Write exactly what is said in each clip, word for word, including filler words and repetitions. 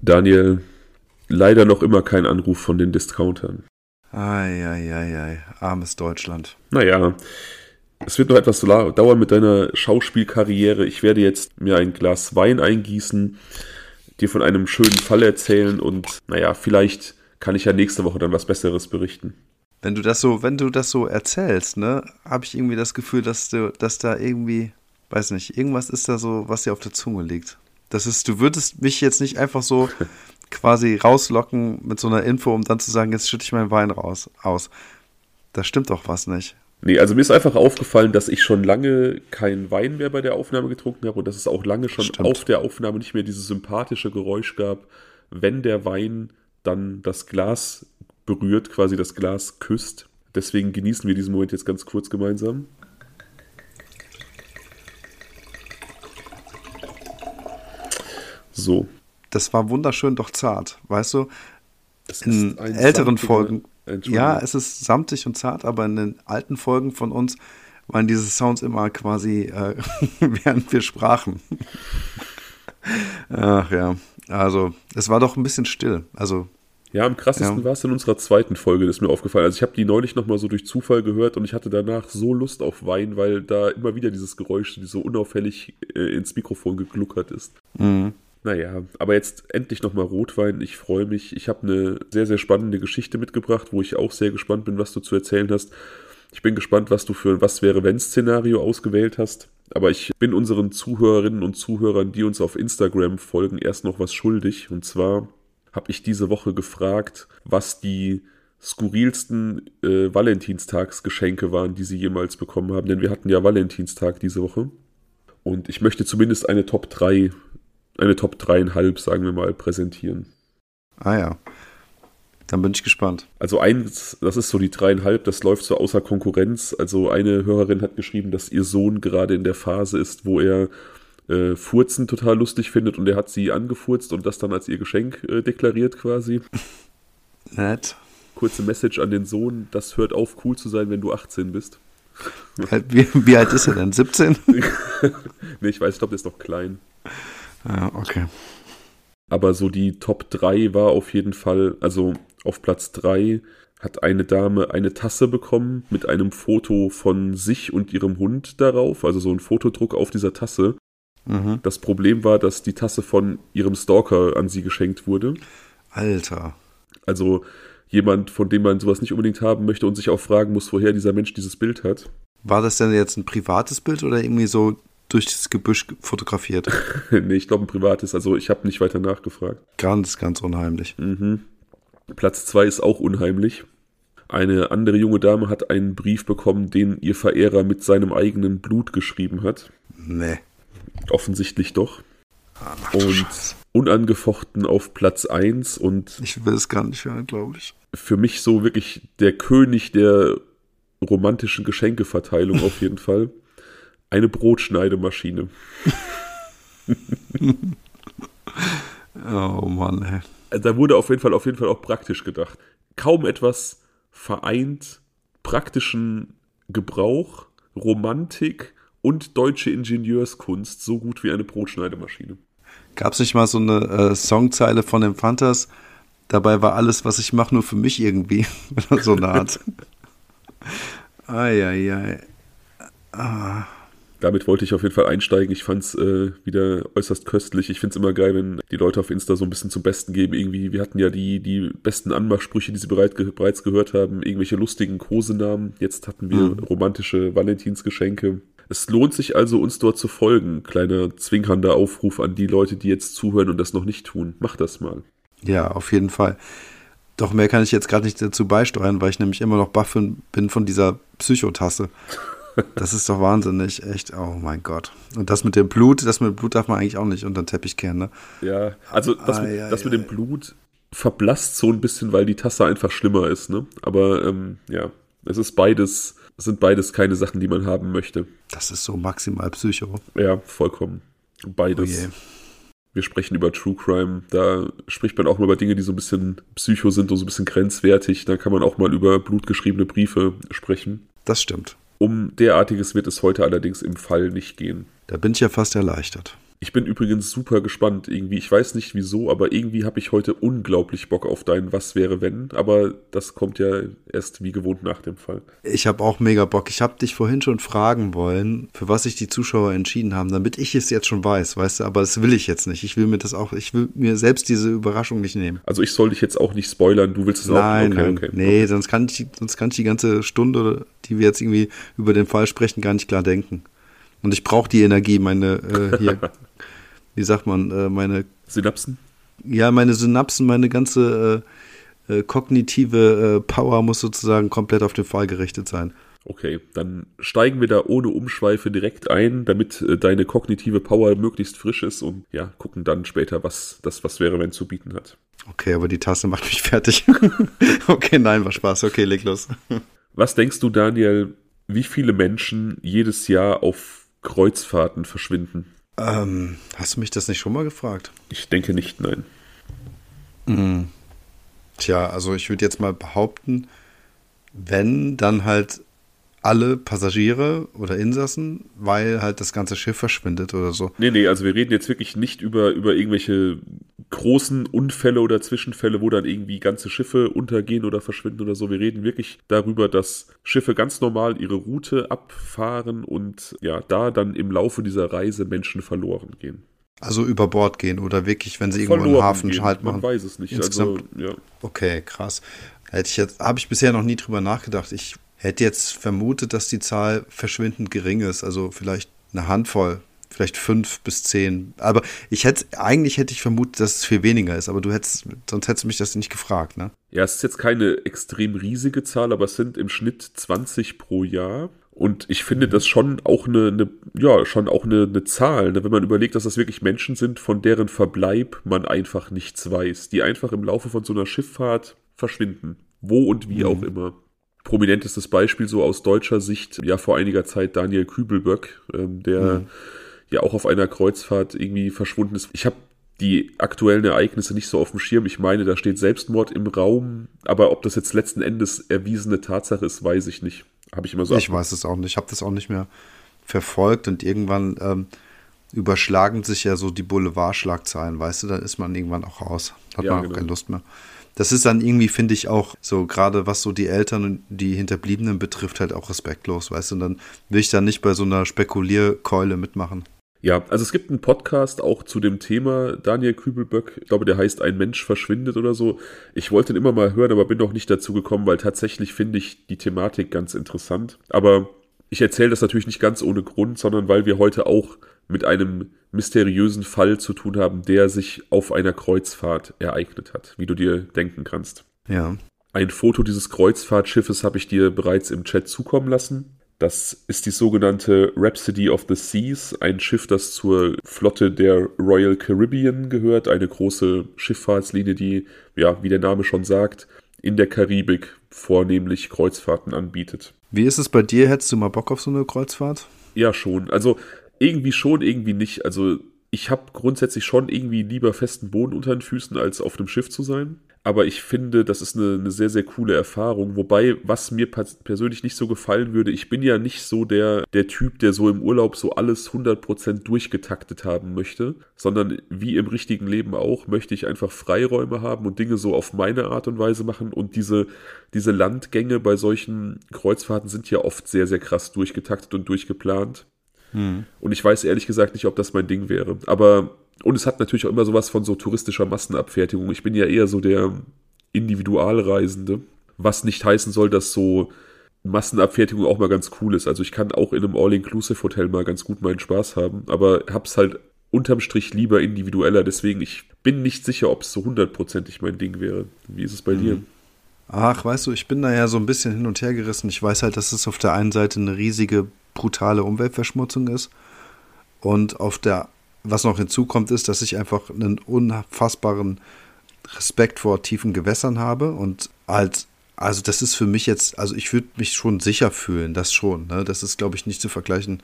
Daniel, leider noch immer kein Anruf von den Discountern. Eieiei, armes Deutschland. Naja, es wird noch etwas dauern mit deiner Schauspielkarriere. Ich werde jetzt mir ein Glas Wein eingießen, dir von einem schönen Fall erzählen und naja, vielleicht kann ich ja nächste Woche dann was Besseres berichten. Wenn du das so, wenn du das so erzählst, ne, habe ich irgendwie das Gefühl, dass du, dass da irgendwie, weiß nicht, irgendwas ist da so, was dir auf der Zunge liegt. Das ist, du würdest mich jetzt nicht einfach so quasi rauslocken mit so einer Info, um dann zu sagen, jetzt schütte ich meinen Wein raus, aus. Da stimmt doch was nicht. Nee, also mir ist einfach aufgefallen, dass ich schon lange keinen Wein mehr bei der Aufnahme getrunken habe und dass es auch lange schon Stimmt. auf der Aufnahme nicht mehr dieses sympathische Geräusch gab, wenn der Wein dann das Glas berührt, quasi das Glas küsst. Deswegen genießen wir diesen Moment jetzt ganz kurz gemeinsam. So. Das war wunderschön, doch zart, weißt du? Das in ist ein älteren samtiger- Folgen, Entschuldigung. ja, es ist samtig und zart, aber in den alten Folgen von uns waren diese Sounds immer quasi, äh, während wir sprachen. Ach ja, also es war doch ein bisschen still. Also Ja, am krassesten Ja. war es in unserer zweiten Folge, das ist mir aufgefallen. Also ich habe die neulich nochmal so durch Zufall gehört und ich hatte danach so Lust auf Wein, weil da immer wieder dieses Geräusch, die so unauffällig äh, ins Mikrofon gegluckert ist. mhm. Naja, aber jetzt endlich nochmal Rotwein. Ich freue mich. Ich habe eine sehr, sehr spannende Geschichte mitgebracht, wo ich auch sehr gespannt bin, was du zu erzählen hast. Ich bin gespannt, was du für ein Was-wäre-wenn-Szenario ausgewählt hast. Aber ich bin unseren Zuhörerinnen und Zuhörern, die uns auf Instagram folgen, erst noch was schuldig. Und zwar habe ich diese Woche gefragt, was die skurrilsten äh, Valentinstagsgeschenke waren, die sie jemals bekommen haben. Denn wir hatten ja Valentinstag diese Woche. Und ich möchte zumindest eine Top drei, eine Top dreieinhalb, sagen wir mal, präsentieren. Ah ja, dann bin ich gespannt. Also eins, das ist so die dreieinhalb, das läuft so außer Konkurrenz. Also eine Hörerin hat geschrieben, dass ihr Sohn gerade in der Phase ist, wo er äh, Furzen total lustig findet und er hat sie angefurzt und das dann als ihr Geschenk äh, deklariert quasi. Nett. Kurze Message an den Sohn, das hört auf cool zu sein, wenn du achtzehn bist. Wie, wie alt ist er denn? siebzehn? Nee, ich weiß, ich glaube, der ist noch klein. Ja, okay. Aber so die Top drei war auf jeden Fall, also auf Platz drei hat eine Dame eine Tasse bekommen mit einem Foto von sich und ihrem Hund darauf, also so ein Fotodruck auf dieser Tasse. Mhm. Das Problem war, dass die Tasse von ihrem Stalker an sie geschenkt wurde. Alter. Also jemand, von dem man sowas nicht unbedingt haben möchte und sich auch fragen muss, woher dieser Mensch dieses Bild hat. War das denn jetzt ein privates Bild oder irgendwie so durch das Gebüsch fotografiert? Nee, ich glaube ein privates, also ich habe nicht weiter nachgefragt. Ganz, ganz unheimlich. Mhm. Platz zwei ist auch unheimlich. Eine andere junge Dame hat einen Brief bekommen, den ihr Verehrer mit seinem eigenen Blut geschrieben hat. Nee. Offensichtlich doch. Ach, du Und Scheiße. unangefochten auf Platz eins und Ich will es gar nicht hören, glaube ich. für mich so wirklich der König der romantischen Geschenkeverteilung auf jeden Fall. Eine Brotschneidemaschine. Oh Mann, ey. Also da wurde auf jeden Fall auf jeden Fall auch praktisch gedacht. Kaum etwas vereint praktischen Gebrauch, Romantik und deutsche Ingenieurskunst so gut wie eine Brotschneidemaschine. Gab es nicht mal so eine äh, Songzeile von den Fantas? Dabei war alles, was ich mache, nur für mich irgendwie. Oder so eine Art. Eieiei. Ah. Damit wollte ich auf jeden Fall einsteigen. Ich fand es äh, wieder äußerst köstlich. Ich finde es immer geil, wenn die Leute auf Insta so ein bisschen zum Besten geben. Irgendwie, wir hatten ja die, die besten Anmachsprüche, die sie bereit, ge- bereits gehört haben. Irgendwelche lustigen Kosenamen. Jetzt hatten wir Mhm. romantische Valentinsgeschenke. Es lohnt sich also, uns dort zu folgen. Kleiner zwinkernder Aufruf an die Leute, die jetzt zuhören und das noch nicht tun. Macht das mal. Ja, auf jeden Fall. Doch mehr kann ich jetzt gerade nicht dazu beisteuern, weil ich nämlich immer noch baff bin von dieser Psychotasse. Das ist doch wahnsinnig, echt. Oh mein Gott. Und das mit dem Blut, das mit dem Blut darf man eigentlich auch nicht unter den Teppich kehren, ne? Ja, also das, Ai, mit, ai, das mit ai. dem Blut verblasst so ein bisschen, weil die Tasse einfach schlimmer ist, ne? Aber ähm, ja, es ist beides, es sind beides keine Sachen, die man haben möchte. Das ist so maximal Psycho. Ja, vollkommen. Beides. Oh je. Wir sprechen über True Crime, da spricht man auch mal über Dinge, die so ein bisschen psycho sind und so ein bisschen grenzwertig. Da kann man auch mal über blutgeschriebene Briefe sprechen. Das stimmt. Um derartiges wird es heute allerdings im Fall nicht gehen. Da bin ich ja fast erleichtert. Ich bin übrigens super gespannt irgendwie. Ich weiß nicht wieso, aber irgendwie habe ich heute unglaublich Bock auf dein Was wäre wenn. Aber das kommt ja erst wie gewohnt nach dem Fall. Ich habe auch mega Bock. Ich habe dich vorhin schon fragen wollen, für was sich die Zuschauer entschieden haben, damit ich es jetzt schon weiß, weißt du. Aber das will ich jetzt nicht. Ich will mir das auch, ich will mir selbst diese Überraschung nicht nehmen. Also ich soll dich jetzt auch nicht spoilern. Du willst es auch nicht. Okay, nein, okay. Nee, okay. sonst kann ich, sonst kann ich die ganze Stunde, die wir jetzt irgendwie über den Fall sprechen, gar nicht klar denken. Und ich brauche die Energie, meine äh, hier. Wie sagt man, äh, meine Synapsen? Ja, meine Synapsen, meine ganze äh, äh, kognitive äh, Power muss sozusagen komplett auf den Fall gerichtet sein. Okay, dann steigen wir da ohne Umschweife direkt ein, damit äh, deine kognitive Power möglichst frisch ist und ja, gucken dann später, was das was wäre, wenn zu bieten hat. Okay, aber die Tasse macht mich fertig. Okay, nein, war Spaß. Okay, leg los. Was denkst du, Daniel, wie viele Menschen jedes Jahr auf Kreuzfahrten verschwinden? Ähm, hast du mich das nicht schon mal gefragt? Ich denke nicht, nein. Mhm. Tja, also ich würde jetzt mal behaupten, wenn, dann halt alle Passagiere oder Insassen, weil halt das ganze Schiff verschwindet oder so. Nee, nee, also wir reden jetzt wirklich nicht über, über irgendwelche großen Unfälle oder Zwischenfälle, wo dann irgendwie ganze Schiffe untergehen oder verschwinden oder so. Wir reden wirklich darüber, dass Schiffe ganz normal ihre Route abfahren und ja, da dann im Laufe dieser Reise Menschen verloren gehen. Also über Bord gehen oder wirklich, wenn sie irgendwo Verloren im Hafen gehen. Halt machen. Man weiß es nicht. Insgesamt. Also, ja. Okay, krass. Hätte ich jetzt, habe ich bisher noch nie drüber nachgedacht. Ich hätte jetzt vermutet, dass die Zahl verschwindend gering ist. Also vielleicht eine Handvoll, vielleicht fünf bis zehn. Aber ich hätte, eigentlich hätte ich vermutet, dass es viel weniger ist. Aber du hättest, sonst hättest du mich das nicht gefragt, ne? Ja, es ist jetzt keine extrem riesige Zahl, aber es sind im Schnitt zwanzig pro Jahr. Und ich finde das schon auch eine, eine ja, schon auch eine, eine Zahl, ne? Wenn man überlegt, dass das wirklich Menschen sind, von deren Verbleib man einfach nichts weiß, die einfach im Laufe von so einer Schifffahrt verschwinden. Wo und wie mhm. auch immer. Prominentestes Beispiel so aus deutscher Sicht, ja vor einiger Zeit Daniel Kübelböck, ähm, der mhm. ja auch auf einer Kreuzfahrt irgendwie verschwunden ist. Ich habe die aktuellen Ereignisse nicht so auf dem Schirm. Ich meine, da steht Selbstmord im Raum, aber ob das jetzt letzten Endes erwiesene Tatsache ist, weiß ich nicht. Habe ich immer so. Ich weiß es auch nicht. Ich habe das auch nicht mehr verfolgt und irgendwann ähm, überschlagen sich ja so die Boulevardschlagzeilen, weißt du, dann ist man irgendwann auch raus. Hat ja, man auch genau. keine Lust mehr. Das ist dann irgendwie, finde ich, auch so, gerade was so die Eltern und die Hinterbliebenen betrifft, halt auch respektlos, weißt du, und dann will ich dann nicht bei so einer Spekulierkeule mitmachen. Ja, also es gibt einen Podcast auch zu dem Thema Daniel Kübelböck. Ich glaube, der heißt Ein Mensch verschwindet oder so. Ich wollte ihn immer mal hören, aber bin noch nicht dazu gekommen, weil tatsächlich finde ich die Thematik ganz interessant. Aber ich erzähle das natürlich nicht ganz ohne Grund, sondern weil wir heute auch mit einem mysteriösen Fall zu tun haben, der sich auf einer Kreuzfahrt ereignet hat, wie du dir denken kannst. Ja. Ein Foto dieses Kreuzfahrtschiffes habe ich dir bereits im Chat zukommen lassen. Das ist die sogenannte Rhapsody of the Seas, ein Schiff, das zur Flotte der Royal Caribbean gehört, eine große Schifffahrtslinie, die, ja, wie der Name schon sagt, in der Karibik vornehmlich Kreuzfahrten anbietet. Wie ist es bei dir? Hättest du mal Bock auf so eine Kreuzfahrt? Ja, schon. Also irgendwie schon, irgendwie nicht. Also ich habe grundsätzlich schon irgendwie lieber festen Boden unter den Füßen, als auf dem Schiff zu sein. Aber ich finde, das ist eine, eine sehr, sehr coole Erfahrung. Wobei, was mir persönlich nicht so gefallen würde, ich bin ja nicht so der, der Typ, der so im Urlaub so alles hundert Prozent durchgetaktet haben möchte, sondern wie im richtigen Leben auch, möchte ich einfach Freiräume haben und Dinge so auf meine Art und Weise machen. Und diese, diese Landgänge bei solchen Kreuzfahrten sind ja oft sehr, sehr krass durchgetaktet und durchgeplant. Hm. Und ich weiß ehrlich gesagt nicht, ob das mein Ding wäre. Aber und es hat natürlich auch immer sowas von so touristischer Massenabfertigung. Ich bin ja eher so der Individualreisende, was nicht heißen soll, dass so Massenabfertigung auch mal ganz cool ist. Also ich kann auch in einem All-Inclusive-Hotel mal ganz gut meinen Spaß haben, aber hab's halt unterm Strich lieber individueller. Deswegen, ich bin nicht sicher, ob es so hundertprozentig mein Ding wäre. Wie ist es bei mhm. dir? Ach, weißt du, ich bin da ja so ein bisschen hin und her gerissen. Ich weiß halt, dass es auf der einen Seite eine riesige, brutale Umweltverschmutzung ist und auf der was noch hinzukommt, ist, dass ich einfach einen unfassbaren Respekt vor tiefen Gewässern habe und halt, also das ist für mich jetzt, also ich würde mich schon sicher fühlen, das schon, ne? Das ist, glaube ich, nicht zu vergleichen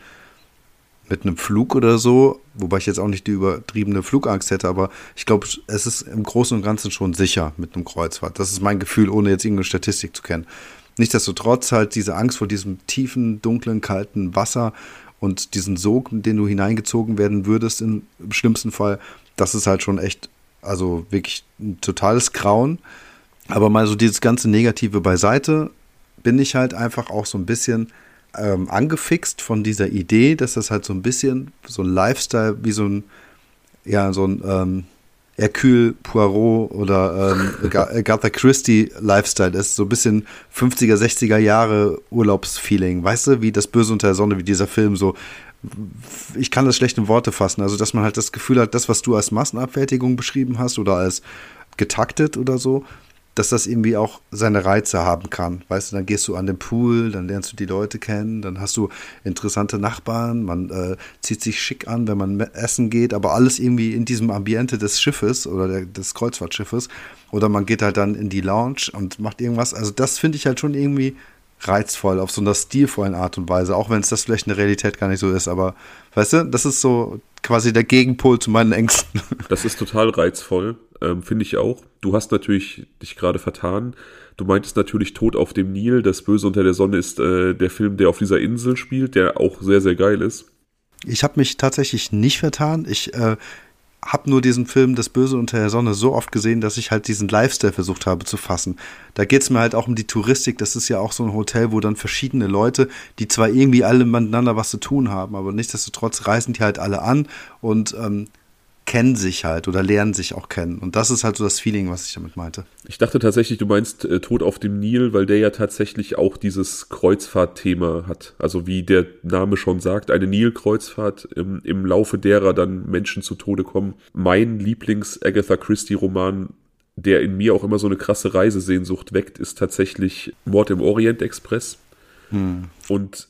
mit einem Flug oder so, wobei ich jetzt auch nicht die übertriebene Flugangst hätte, aber ich glaube, es ist im Großen und Ganzen schon sicher mit einem Kreuzfahrt. Das ist mein Gefühl, ohne jetzt irgendeine Statistik zu kennen. Nichtsdestotrotz halt diese Angst vor diesem tiefen, dunklen, kalten Wasser und diesen Sog, in den du hineingezogen werden würdest im schlimmsten Fall, das ist halt schon echt, also wirklich ein totales Grauen. Aber mal so dieses ganze Negative beiseite, bin ich halt einfach auch so ein bisschen ähm, angefixt von dieser Idee, dass das halt so ein bisschen so ein Lifestyle, wie so ein, ja, so ein ähm, Hercule Poirot oder ähm, Agatha Christie Lifestyle ist, so ein bisschen fünfziger, sechziger Jahre Urlaubsfeeling, weißt du, wie das Böse unter der Sonne, wie dieser Film so, ich kann das schlecht in Worte fassen, also dass man halt das Gefühl hat, das, was du als Massenabfertigung beschrieben hast oder als getaktet oder so, dass das irgendwie auch seine Reize haben kann. Weißt du, dann gehst du an den Pool, dann lernst du die Leute kennen, dann hast du interessante Nachbarn, man äh, zieht sich schick an, wenn man essen geht, aber alles irgendwie in diesem Ambiente des Schiffes oder der, des Kreuzfahrtschiffes. Oder man geht halt dann in die Lounge und macht irgendwas. Also das finde ich halt schon irgendwie reizvoll, auf so einer stilvollen Art und Weise, auch wenn es das vielleicht in der Realität gar nicht so ist, aber weißt du, das ist so quasi der Gegenpol zu meinen Ängsten. Das ist total reizvoll, ähm, finde ich auch. Du hast natürlich dich gerade vertan. Du meintest natürlich Tod auf dem Nil, das Böse unter der Sonne ist äh, der Film, der auf dieser Insel spielt, der auch sehr, sehr geil ist. Ich habe mich tatsächlich nicht vertan. Ich äh, habe nur diesen Film Das Böse unter der Sonne so oft gesehen, dass ich halt diesen Lifestyle versucht habe zu fassen. Da geht es mir halt auch um die Touristik. Das ist ja auch so ein Hotel, wo dann verschiedene Leute, die zwar irgendwie alle miteinander was zu tun haben, aber nichtsdestotrotz reisen die halt alle an und ähm, kennen sich halt oder lernen sich auch kennen. Und das ist halt so das Feeling, was ich damit meinte. Ich dachte tatsächlich, du meinst äh, Tod auf dem Nil, weil der ja tatsächlich auch dieses Kreuzfahrtthema hat. Also wie der Name schon sagt, eine Nilkreuzfahrt, im, im Laufe derer dann Menschen zu Tode kommen. Mein Lieblings-Agatha-Christie-Roman, der in mir auch immer so eine krasse Reisesehnsucht weckt, ist tatsächlich Mord im Orient-Express. Hm. Und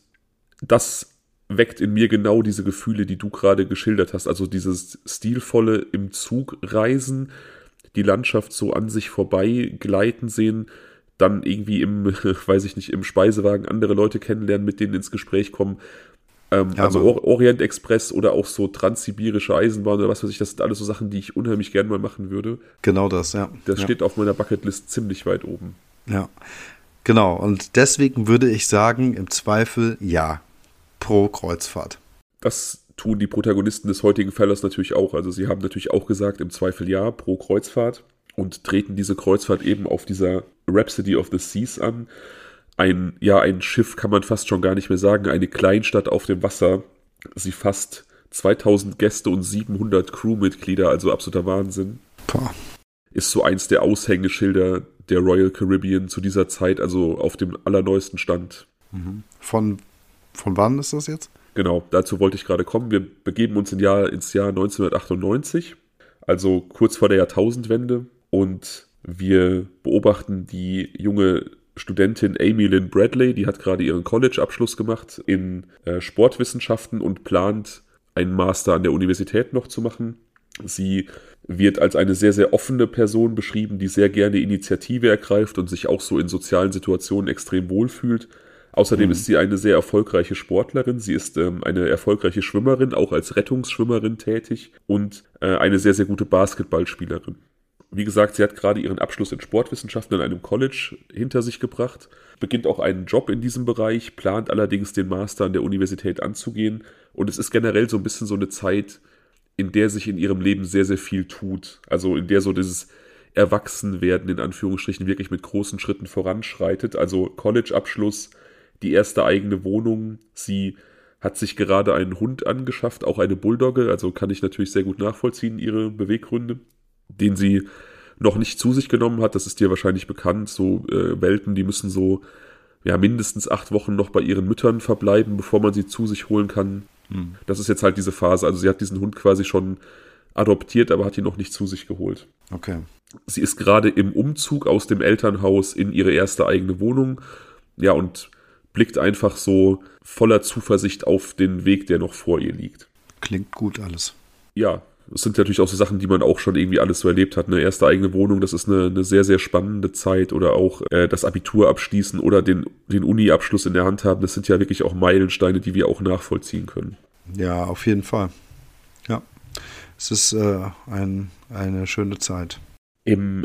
das weckt in mir genau diese Gefühle, die du gerade geschildert hast. Also dieses stilvolle im Zug reisen, die Landschaft so an sich vorbei gleiten sehen, dann irgendwie im, weiß ich nicht, im Speisewagen andere Leute kennenlernen, mit denen ins Gespräch kommen. Ähm, ja, also Or- Orient Express oder auch so transsibirische Eisenbahn oder was weiß ich, das sind alles so Sachen, die ich unheimlich gerne mal machen würde. Genau das, ja. Das ja. steht auf meiner Bucketlist ziemlich weit oben. Ja, genau. Und deswegen würde ich sagen, im Zweifel ja. Pro Kreuzfahrt. Das tun die Protagonisten des heutigen Falles natürlich auch. Also sie haben natürlich auch gesagt, im Zweifel ja, pro Kreuzfahrt und treten diese Kreuzfahrt eben auf dieser Rhapsody of the Seas an. Ein, ja, ein Schiff kann man fast schon gar nicht mehr sagen, eine Kleinstadt auf dem Wasser. Sie fasst zweitausend Gäste und siebenhundert Crewmitglieder, also absoluter Wahnsinn. Boah. Ist so eins der Aushängeschilder der Royal Caribbean zu dieser Zeit, also auf dem allerneuesten Stand. Mhm. Von Von wann ist das jetzt? Genau, dazu wollte ich gerade kommen. Wir begeben uns in Jahr, ins Jahr neunzehnhundertachtundneunzig, also kurz vor der Jahrtausendwende. Und wir beobachten die junge Studentin Amy Lynn Bradley, die hat gerade ihren College-Abschluss gemacht in äh, Sportwissenschaften und plant, einen Master an der Universität noch zu machen. Sie wird als eine sehr, sehr offene Person beschrieben, die sehr gerne Initiative ergreift und sich auch so in sozialen Situationen extrem wohlfühlt. Außerdem mhm. ist sie eine sehr erfolgreiche Sportlerin. Sie ist ähm, eine erfolgreiche Schwimmerin, auch als Rettungsschwimmerin tätig und äh, eine sehr, sehr gute Basketballspielerin. Wie gesagt, sie hat gerade ihren Abschluss in Sportwissenschaften an einem College hinter sich gebracht, beginnt auch einen Job in diesem Bereich, plant allerdings den Master an der Universität anzugehen. Und es ist generell so ein bisschen so eine Zeit, in der sich in ihrem Leben sehr, sehr viel tut. Also in der so dieses Erwachsenwerden in Anführungsstrichen wirklich mit großen Schritten voranschreitet. Also College-Abschluss, die erste eigene Wohnung. Sie hat sich gerade einen Hund angeschafft, auch eine Bulldogge, also kann ich natürlich sehr gut nachvollziehen, ihre Beweggründe, den sie noch nicht zu sich genommen hat. Das ist dir wahrscheinlich bekannt. So äh, Welpen, die müssen so ja mindestens acht Wochen noch bei ihren Müttern verbleiben, bevor man sie zu sich holen kann. Hm. Das ist jetzt halt diese Phase. Also sie hat diesen Hund quasi schon adoptiert, aber hat ihn noch nicht zu sich geholt. Okay. Sie ist gerade im Umzug aus dem Elternhaus in ihre erste eigene Wohnung. Ja, und blickt einfach so voller Zuversicht auf den Weg, der noch vor ihr liegt. Klingt gut alles. Ja, es sind natürlich auch so Sachen, die man auch schon irgendwie alles so erlebt hat. Eine erste eigene Wohnung, das ist eine, eine sehr, sehr spannende Zeit. Oder auch äh, das Abitur abschließen oder den, den Uni-Abschluss in der Hand haben. Das sind ja wirklich auch Meilensteine, die wir auch nachvollziehen können. Ja, auf jeden Fall. Ja, es ist äh, ein, eine schöne Zeit. Im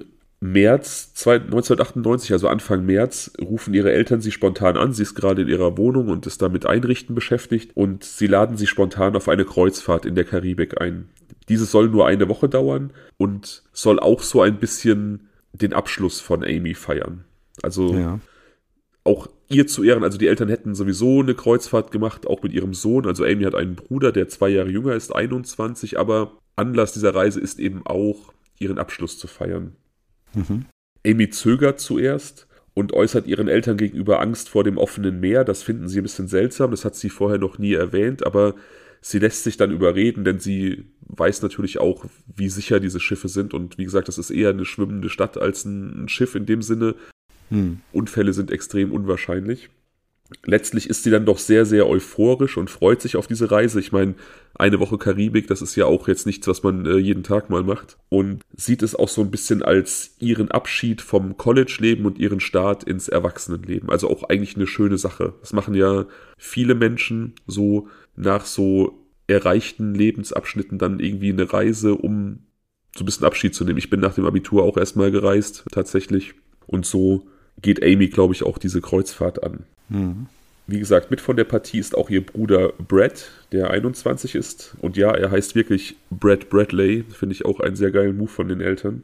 März neunzehnhundertachtundneunzig, also Anfang März, rufen ihre Eltern sie spontan an. Sie ist gerade in ihrer Wohnung und ist da mit Einrichten beschäftigt und sie laden sie spontan auf eine Kreuzfahrt in der Karibik ein. Diese soll nur eine Woche dauern und soll auch so ein bisschen den Abschluss von Amy feiern. Also ja. Auch ihr zu Ehren, also die Eltern hätten sowieso eine Kreuzfahrt gemacht, auch mit ihrem Sohn. Also Amy hat einen Bruder, der zwei Jahre jünger ist, einundzwanzig, aber Anlass dieser Reise ist eben auch, ihren Abschluss zu feiern. Mhm. Amy zögert zuerst und äußert ihren Eltern gegenüber Angst vor dem offenen Meer. Das finden sie ein bisschen seltsam, das hat sie vorher noch nie erwähnt, aber sie lässt sich dann überreden, denn sie weiß natürlich auch, wie sicher diese Schiffe sind. Und wie gesagt, das ist eher eine schwimmende Stadt als ein Schiff in dem Sinne. Hm. Unfälle sind extrem unwahrscheinlich. Letztlich ist sie dann doch sehr, sehr euphorisch und freut sich auf diese Reise. Ich meine, eine Woche Karibik, das ist ja auch jetzt nichts, was man äh, jeden Tag mal macht. Und sieht es auch so ein bisschen als ihren Abschied vom College-Leben und ihren Start ins Erwachsenenleben. Also auch eigentlich eine schöne Sache. Das machen ja viele Menschen so nach so erreichten Lebensabschnitten dann irgendwie eine Reise, um so ein bisschen Abschied zu nehmen. Ich bin nach dem Abitur auch erstmal gereist, tatsächlich. Und so geht Amy, glaube ich, auch diese Kreuzfahrt an. Mhm. Wie gesagt, mit von der Partie ist auch ihr Bruder Brad, der einundzwanzig ist. Und ja, er heißt wirklich Brad Bradley. Finde ich auch einen sehr geilen Move von den Eltern.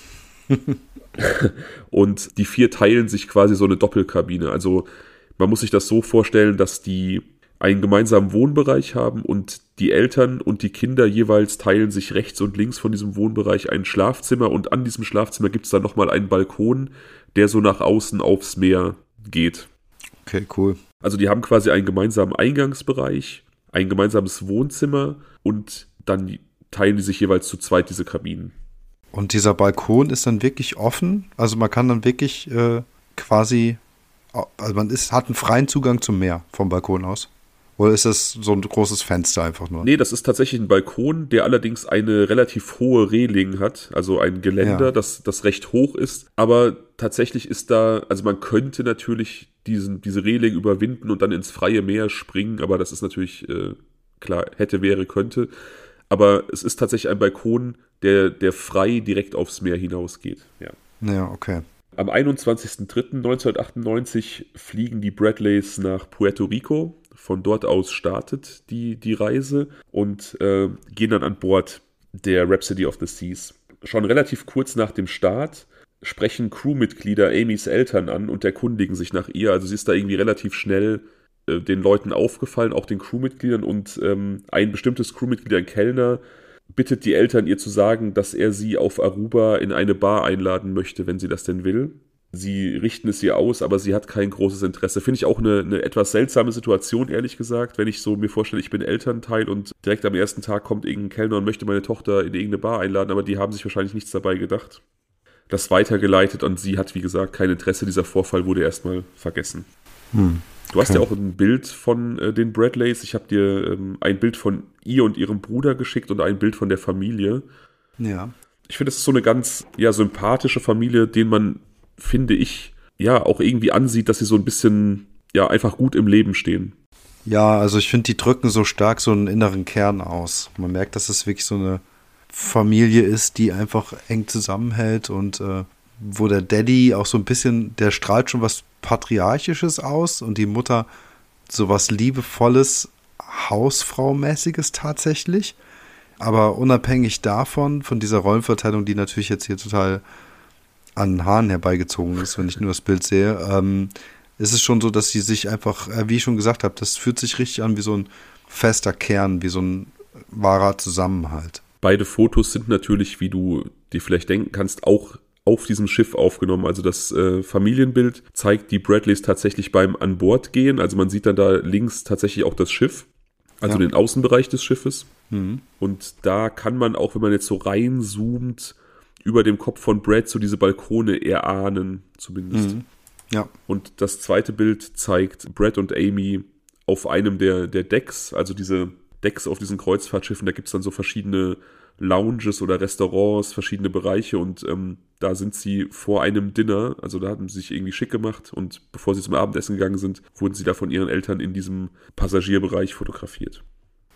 Und die vier teilen sich quasi so eine Doppelkabine. Also man muss sich das so vorstellen, dass die einen gemeinsamen Wohnbereich haben und die Eltern und die Kinder jeweils teilen sich rechts und links von diesem Wohnbereich ein Schlafzimmer und an diesem Schlafzimmer gibt es dann nochmal einen Balkon, der so nach außen aufs Meer geht. Okay, cool. Also die haben quasi einen gemeinsamen Eingangsbereich, ein gemeinsames Wohnzimmer und dann teilen die sich jeweils zu zweit diese Kabinen. Und dieser Balkon ist dann wirklich offen? Also man kann dann wirklich äh, quasi, also man ist, hat einen freien Zugang zum Meer vom Balkon aus? Oder ist das so ein großes Fenster einfach nur? Nee, das ist tatsächlich ein Balkon, der allerdings eine relativ hohe Reling hat, also ein Geländer, ja. das, das recht hoch ist. Aber tatsächlich ist da, also man könnte natürlich diesen, diese Reling überwinden und dann ins freie Meer springen, aber das ist natürlich, äh, klar, hätte, wäre, könnte. Aber es ist tatsächlich ein Balkon, der, der frei direkt aufs Meer hinausgeht. Ja, ja, okay. Am einundzwanzigsten dritten neunzehnhundertachtundneunzig fliegen die Bradleys nach Puerto Rico. Von dort aus startet die, die Reise und äh, gehen dann an Bord der Rhapsody of the Seas. Schon relativ kurz nach dem Start sprechen Crewmitglieder Amys Eltern an und erkundigen sich nach ihr. Also sie ist da irgendwie relativ schnell äh, den Leuten aufgefallen, auch den Crewmitgliedern. Und ähm, ein bestimmtes Crewmitglied, ein Kellner, bittet die Eltern, ihr zu sagen, dass er sie auf Aruba in eine Bar einladen möchte, wenn sie das denn will. Sie richten es ihr aus, aber sie hat kein großes Interesse. Finde ich auch eine, eine etwas seltsame Situation, ehrlich gesagt, wenn ich so mir vorstelle, ich bin Elternteil und direkt am ersten Tag kommt irgendein Kellner und möchte meine Tochter in irgendeine Bar einladen, aber die haben sich wahrscheinlich nichts dabei gedacht. Das weitergeleitet und sie hat, wie gesagt, kein Interesse. Dieser Vorfall wurde erstmal vergessen. Hm, okay. Du hast ja auch ein Bild von äh, den Bradleys. Ich habe dir ähm, ein Bild von ihr und ihrem Bruder geschickt und ein Bild von der Familie. Ja. Ich finde, es ist so eine ganz ja, sympathische Familie, den man, finde ich, ja, auch irgendwie ansieht, dass sie so ein bisschen, ja, einfach gut im Leben stehen. Ja, also ich finde, die drücken so stark so einen inneren Kern aus. Man merkt, dass es wirklich so eine Familie ist, die einfach eng zusammenhält und äh, wo der Daddy auch so ein bisschen, der strahlt schon was Patriarchisches aus und die Mutter so was Liebevolles, Hausfrau-mäßiges tatsächlich. Aber unabhängig davon, von dieser Rollenverteilung, die natürlich jetzt hier total an den Haaren herbeigezogen ist, wenn ich nur das Bild sehe, ähm, ist es schon so, dass sie sich einfach, äh, wie ich schon gesagt habe, das fühlt sich richtig an wie so ein fester Kern, wie so ein wahrer Zusammenhalt. Beide Fotos sind natürlich, wie du dir vielleicht denken kannst, auch auf diesem Schiff aufgenommen. Also das äh, Familienbild zeigt die Bradleys tatsächlich beim an Bord gehen. Also man sieht dann da links tatsächlich auch das Schiff, also ja. den Außenbereich des Schiffes. Mhm. Und da kann man auch, wenn man jetzt so reinzoomt, über dem Kopf von Brad so diese Balkone erahnen, zumindest. Mhm. Ja. Und das zweite Bild zeigt Brad und Amy auf einem der, der Decks, also diese Decks auf diesen Kreuzfahrtschiffen, da gibt es dann so verschiedene Lounges oder Restaurants, verschiedene Bereiche und ähm, da sind sie vor einem Dinner, also da hatten sie sich irgendwie schick gemacht und bevor sie zum Abendessen gegangen sind, wurden sie da von ihren Eltern in diesem Passagierbereich fotografiert.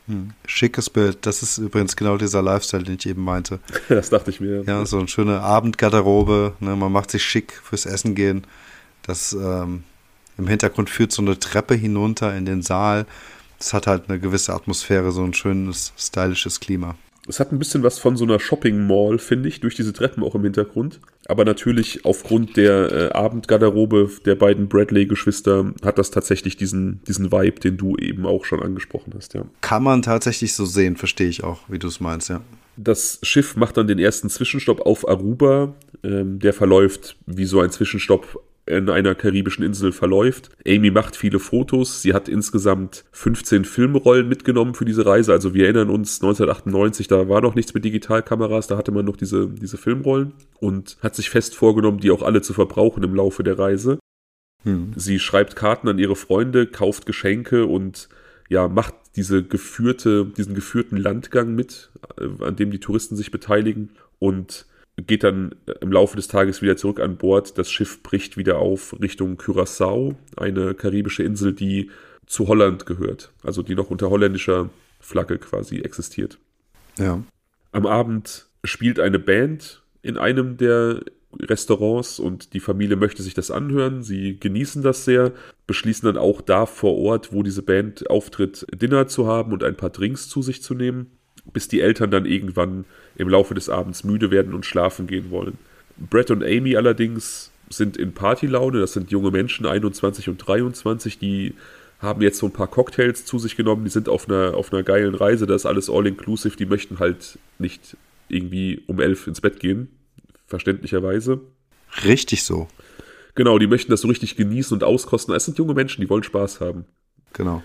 Hm. Schickes Bild. Das ist übrigens genau dieser Lifestyle, den ich eben meinte. Das dachte ich mir. Ja, so eine schöne Abendgarderobe. Ne? Man macht sich schick fürs Essen gehen. Das ähm, im Hintergrund führt so eine Treppe hinunter in den Saal. Das hat halt eine gewisse Atmosphäre, so ein schönes, stylisches Klima. Es hat ein bisschen was von so einer Shopping-Mall, finde ich, durch diese Treppen auch im Hintergrund. Aber natürlich aufgrund der äh, Abendgarderobe der beiden Bradley-Geschwister hat das tatsächlich diesen, diesen Vibe, den du eben auch schon angesprochen hast, ja. Kann man tatsächlich so sehen, verstehe ich auch, wie du es meinst, ja. Das Schiff macht dann den ersten Zwischenstopp auf Aruba. Ähm, der verläuft wie so ein Zwischenstopp in einer karibischen Insel verläuft. Amy macht viele Fotos. Sie hat insgesamt fünfzehn Filmrollen mitgenommen für diese Reise. Also wir erinnern uns, neunzehnhundertachtundneunzig, da war noch nichts mit Digitalkameras, da hatte man noch diese, diese Filmrollen und hat sich fest vorgenommen, die auch alle zu verbrauchen im Laufe der Reise. Hm. Sie schreibt Karten an ihre Freunde, kauft Geschenke und ja, macht diese geführte, diesen geführten Landgang mit, an dem die Touristen sich beteiligen und geht dann im Laufe des Tages wieder zurück an Bord. Das Schiff bricht wieder auf Richtung Curaçao, eine karibische Insel, die zu Holland gehört, also die noch unter holländischer Flagge quasi existiert. Ja. Am Abend spielt eine Band in einem der Restaurants und die Familie möchte sich das anhören. Sie genießen das sehr, beschließen dann auch da vor Ort, wo diese Band auftritt, Dinner zu haben und ein paar Drinks zu sich zu nehmen, bis die Eltern dann irgendwann im Laufe des Abends müde werden und schlafen gehen wollen. Brett und Amy allerdings sind in Partylaune, das sind junge Menschen, einundzwanzig und dreiundzwanzig, die haben jetzt so ein paar Cocktails zu sich genommen, die sind auf einer, auf einer geilen Reise, das ist alles all-inclusive, die möchten halt nicht irgendwie um elf ins Bett gehen, verständlicherweise. Richtig so. Genau, die möchten das so richtig genießen und auskosten. Es sind junge Menschen, die wollen Spaß haben. Genau.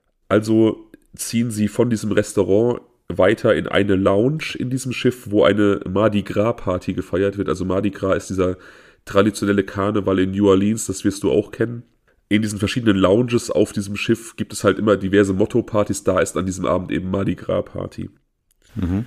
Also ziehen sie von diesem Restaurant weiter in eine Lounge in diesem Schiff, wo eine Mardi Gras Party gefeiert wird. Also Mardi Gras ist dieser traditionelle Karneval in New Orleans, das wirst du auch kennen. In diesen verschiedenen Lounges auf diesem Schiff gibt es halt immer diverse Motto-Partys. Da ist an diesem Abend eben Mardi Gras Party. Mhm.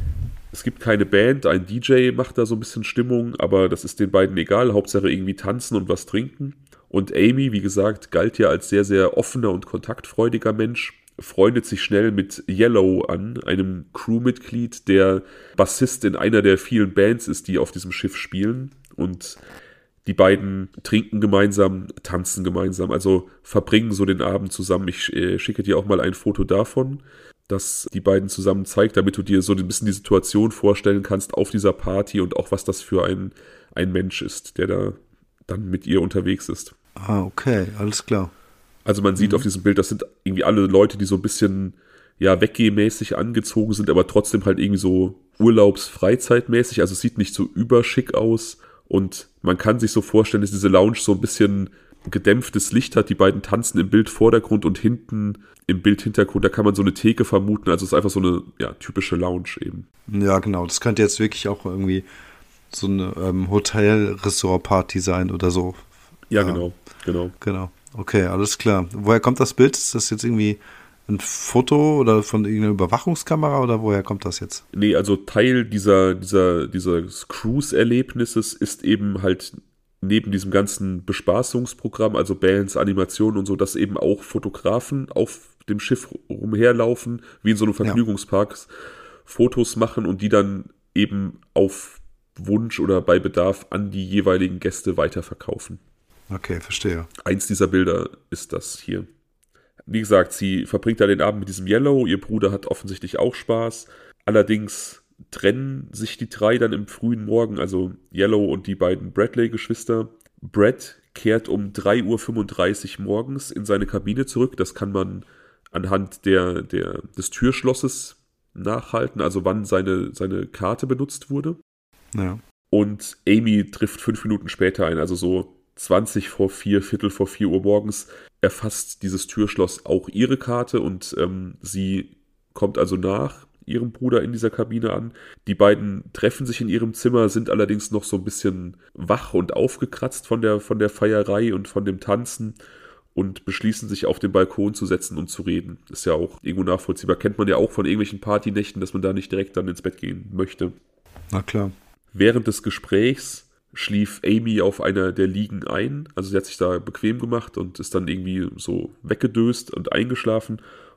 Es gibt keine Band, ein D J macht da so ein bisschen Stimmung, aber das ist den beiden egal. Hauptsache irgendwie tanzen und was trinken. Und Amy, wie gesagt, galt ja als sehr, sehr offener und kontaktfreudiger Mensch, freundet sich schnell mit Yellow an, einem Crewmitglied, der Bassist in einer der vielen Bands ist, die auf diesem Schiff spielen. Und die beiden trinken gemeinsam, tanzen gemeinsam, also verbringen so den Abend zusammen. Ich äh, schicke dir auch mal ein Foto davon, das die beiden zusammen zeigt, damit du dir so ein bisschen die Situation vorstellen kannst auf dieser Party und auch, was das für ein, ein Mensch ist, der da dann mit ihr unterwegs ist. Ah, okay, alles klar. Also man sieht mhm. auf diesem Bild, das sind irgendwie alle Leute, die so ein bisschen ja weggehmäßig angezogen sind, aber trotzdem halt irgendwie so urlaubs-freizeitmäßig. Also es sieht nicht so überschick aus und man kann sich so vorstellen, dass diese Lounge so ein bisschen gedämpftes Licht hat. Die beiden tanzen im Bildvordergrund und hinten im Bildhintergrund, da kann man so eine Theke vermuten. Also es ist einfach so eine ja, typische Lounge eben. Ja, genau. Das könnte jetzt wirklich auch irgendwie so eine ähm, Hotel-Ressort-Party sein oder so. Ja, genau, genau. Genau. Okay, alles klar. Woher kommt das Bild? Ist das jetzt irgendwie ein Foto oder von irgendeiner Überwachungskamera oder woher kommt das jetzt? Nee, also Teil dieser, dieser, dieses Cruise-Erlebnisses ist eben halt neben diesem ganzen Bespaßungsprogramm, also Bands, Animationen und so, dass eben auch Fotografen auf dem Schiff rumherlaufen, wie in so einem Vergnügungspark, ja. Fotos machen und die dann eben auf Wunsch oder bei Bedarf an die jeweiligen Gäste weiterverkaufen. Okay, verstehe. Eins dieser Bilder ist das hier. Wie gesagt, sie verbringt da den Abend mit diesem Yellow. Ihr Bruder hat offensichtlich auch Spaß. Allerdings trennen sich die drei dann im frühen Morgen, also Yellow und die beiden Bradley-Geschwister. Brett kehrt um drei Uhr fünfunddreißig morgens in seine Kabine zurück. Das kann man anhand der, der, des Türschlosses nachhalten, also wann seine, seine Karte benutzt wurde. Ja. Und Amy trifft fünf Minuten später ein, also so zwanzig vor vier, Viertel vor vier Uhr morgens erfasst dieses Türschloss auch ihre Karte und ähm, sie kommt also nach ihrem Bruder in dieser Kabine an. Die beiden treffen sich in ihrem Zimmer, sind allerdings noch so ein bisschen wach und aufgekratzt von der, von der Feierei und von dem Tanzen und beschließen sich auf den Balkon zu setzen und zu reden. Ist ja auch irgendwo nachvollziehbar. Kennt man ja auch von irgendwelchen Partynächten, dass man da nicht direkt dann ins Bett gehen möchte. Na klar. Während des Gesprächs schlief Amy auf einer der Liegen ein. Also sie hat sich da bequem gemacht und ist dann irgendwie so weggedöst und eingeschlafen.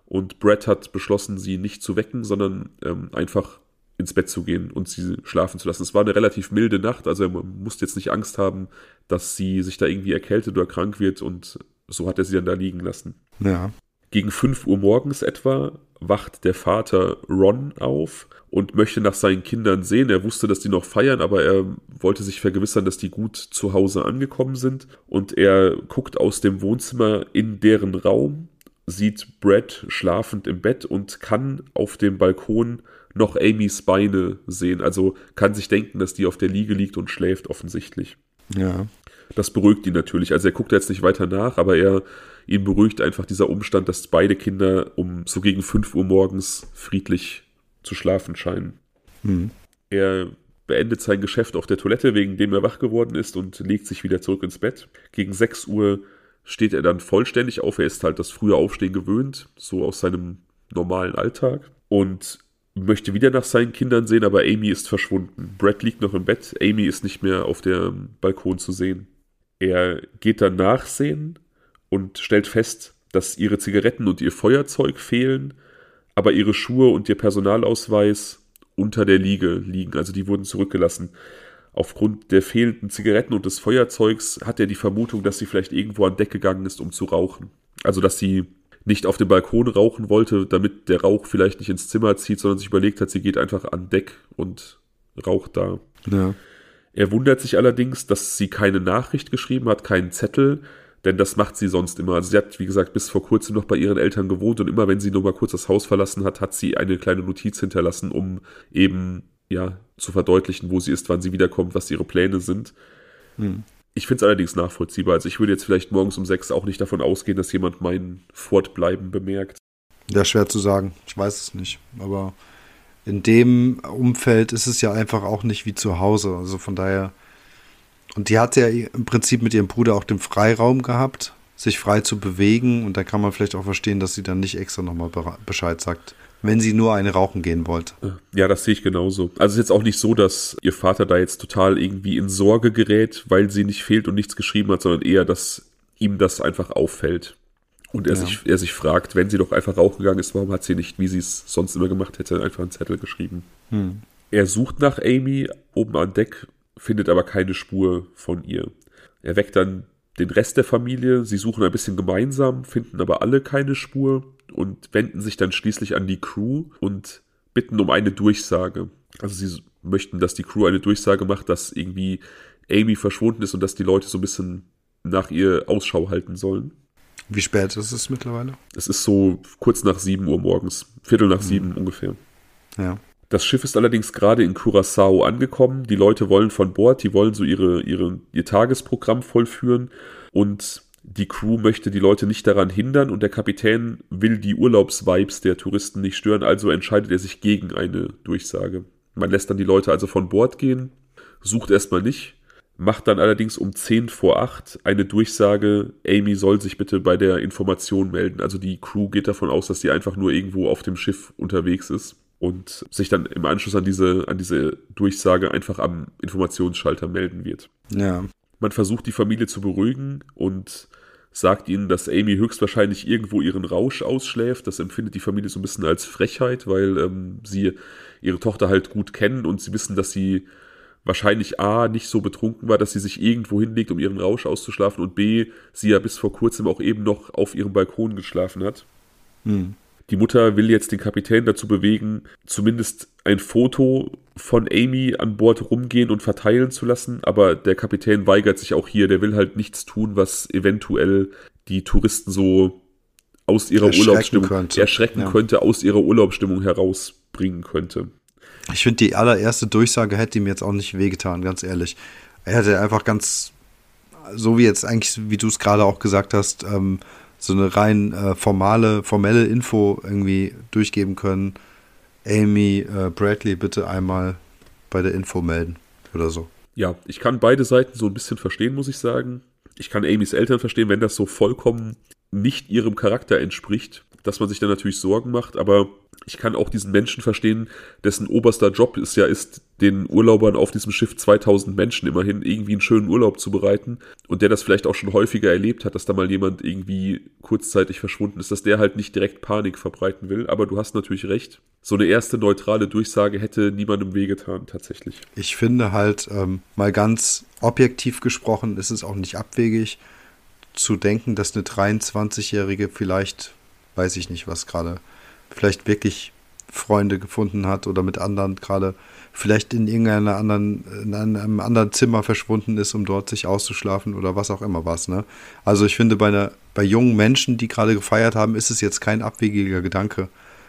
Und Brett hat beschlossen, sie nicht zu wecken, sondern ähm, einfach ins Bett zu gehen und sie schlafen zu lassen. Es war eine relativ milde Nacht, also man musste jetzt nicht Angst haben, dass sie sich da irgendwie erkältet oder krank wird, und so hat er sie dann da liegen lassen. Ja. Gegen fünf Uhr morgens etwa wacht der Vater Ron auf und möchte nach seinen Kindern sehen. Er wusste, dass die noch feiern, aber er wollte sich vergewissern, dass die gut zu Hause angekommen sind. Und er guckt aus dem Wohnzimmer in deren Raum, sieht Brett schlafend im Bett und kann auf dem Balkon noch Amys Beine sehen. Also kann sich denken, dass die auf der Liege liegt und schläft offensichtlich. Ja. Das beruhigt ihn natürlich. Also er guckt jetzt nicht weiter nach, aber er ihn beruhigt einfach dieser Umstand, dass beide Kinder um so gegen fünf Uhr morgens friedlich zu schlafen scheinen. Hm. Er beendet sein Geschäft auf der Toilette, wegen dem er wach geworden ist, und legt sich wieder zurück ins Bett. Gegen sechs Uhr steht er dann vollständig auf. Er ist halt das frühe Aufstehen gewöhnt, so aus seinem normalen Alltag. Und möchte wieder nach seinen Kindern sehen, aber Amy ist verschwunden. Brett liegt noch im Bett, Amy ist nicht mehr auf dem Balkon zu sehen. Er geht dann nachsehen und stellt fest, dass ihre Zigaretten und ihr Feuerzeug fehlen, aber ihre Schuhe und ihr Personalausweis unter der Liege liegen, also die wurden zurückgelassen. Aufgrund der fehlenden Zigaretten und des Feuerzeugs hat er die Vermutung, dass sie vielleicht irgendwo an Deck gegangen ist, um zu rauchen. Also dass sie nicht auf dem Balkon rauchen wollte, damit der Rauch vielleicht nicht ins Zimmer zieht, sondern sich überlegt hat, sie geht einfach an Deck und raucht da. Ja. Er wundert sich allerdings, dass sie keine Nachricht geschrieben hat, keinen Zettel, denn das macht sie sonst immer. Also sie hat, wie gesagt, bis vor kurzem noch bei ihren Eltern gewohnt, und immer wenn sie nur mal kurz das Haus verlassen hat, hat sie eine kleine Notiz hinterlassen, um eben ja zu verdeutlichen, wo sie ist, wann sie wiederkommt, was ihre Pläne sind. Hm. Ich finde es allerdings nachvollziehbar. Also ich würde jetzt vielleicht morgens um sechs auch nicht davon ausgehen, dass jemand mein Fortbleiben bemerkt. Ja, schwer zu sagen. Ich weiß es nicht. Aber in dem Umfeld ist es ja einfach auch nicht wie zu Hause. Also von daher. Und die hat ja im Prinzip mit ihrem Bruder auch den Freiraum gehabt, sich frei zu bewegen. Und da kann man vielleicht auch verstehen, dass sie dann nicht extra nochmal Bescheid sagt, wenn sie nur eine rauchen gehen wollte. Ja, das sehe ich genauso. Also es ist jetzt auch nicht so, dass ihr Vater da jetzt total irgendwie in Sorge gerät, weil sie nicht fehlt und nichts geschrieben hat, sondern eher, dass ihm das einfach auffällt. Und er, ja. sich, er sich fragt, wenn sie doch einfach rauchen gegangen ist, warum hat sie nicht, wie sie es sonst immer gemacht hätte, einfach einen Zettel geschrieben. Hm. Er sucht nach Amy oben an Deck, findet aber keine Spur von ihr. Er weckt dann den Rest der Familie, sie suchen ein bisschen gemeinsam, finden aber alle keine Spur und wenden sich dann schließlich an die Crew und bitten um eine Durchsage. Also sie möchten, dass die Crew eine Durchsage macht, dass irgendwie Amy verschwunden ist und dass die Leute so ein bisschen nach ihr Ausschau halten sollen. Wie spät ist es mittlerweile? Es ist so kurz nach sieben Uhr morgens, Viertel nach mhm. sieben ungefähr. Ja. Das Schiff ist allerdings gerade in Curaçao angekommen. Die Leute wollen von Bord, die wollen so ihre, ihre, ihr Tagesprogramm vollführen, und die Crew möchte die Leute nicht daran hindern, und der Kapitän will die Urlaubsvibes der Touristen nicht stören, also entscheidet er sich gegen eine Durchsage. Man lässt dann die Leute also von Bord gehen, sucht erstmal nicht, macht dann allerdings um zehn vor acht eine Durchsage, Amy soll sich bitte bei der Information melden. Also die Crew geht davon aus, dass sie einfach nur irgendwo auf dem Schiff unterwegs ist und sich dann im Anschluss an diese, an diese Durchsage einfach am Informationsschalter melden wird. Ja. Man versucht, die Familie zu beruhigen und sagt ihnen, dass Amy höchstwahrscheinlich irgendwo ihren Rausch ausschläft. Das empfindet die Familie so ein bisschen als Frechheit, weil ähm, sie ihre Tochter halt gut kennen und sie wissen, dass sie wahrscheinlich A, nicht so betrunken war, dass sie sich irgendwo hinlegt, um ihren Rausch auszuschlafen, und B, sie ja bis vor kurzem auch eben noch auf ihrem Balkon geschlafen hat. Hm. Die Mutter will jetzt den Kapitän dazu bewegen, zumindest ein Foto von Amy an Bord rumgehen und verteilen zu lassen, aber der Kapitän weigert sich auch hier, der will halt nichts tun, was eventuell die Touristen so aus ihrer erschrecken Urlaubsstimmung könnte. erschrecken Ja. könnte, aus ihrer Urlaubsstimmung herausbringen könnte. Ich finde, die allererste Durchsage hätte ihm jetzt auch nicht wehgetan, ganz ehrlich. Er hätte einfach ganz, so wie jetzt eigentlich, wie du es gerade auch gesagt hast, ähm, so eine rein äh, formale, formelle Info irgendwie durchgeben können. Amy, äh, Bradley, bitte einmal bei der Info melden oder so. Ja, ich kann beide Seiten so ein bisschen verstehen, muss ich sagen. Ich kann Amys Eltern verstehen, wenn das so vollkommen nicht ihrem Charakter entspricht, dass man sich dann natürlich Sorgen macht, aber Ich kann auch diesen Menschen verstehen, dessen oberster Job es ja ist, den Urlaubern auf diesem Schiff zweitausend Menschen immerhin irgendwie einen schönen Urlaub zu bereiten und der das vielleicht auch schon häufiger erlebt hat, dass da mal jemand irgendwie kurzzeitig verschwunden ist, dass der halt nicht direkt Panik verbreiten will. Aber du hast natürlich recht, so eine erste neutrale Durchsage hätte niemandem wehgetan, tatsächlich. Ich finde halt, ähm, mal ganz objektiv gesprochen, ist es auch nicht abwegig zu denken, dass eine dreiundzwanzigjährige vielleicht, weiß ich nicht was gerade, vielleicht wirklich Freunde gefunden hat oder mit anderen gerade vielleicht in irgendeiner anderen, in einem anderen Zimmer verschwunden ist, um dort sich auszuschlafen oder was auch immer was, ne? Also ich finde, bei einer, bei jungen Menschen, die gerade gefeiert haben, ist es jetzt kein abwegiger Gedanke.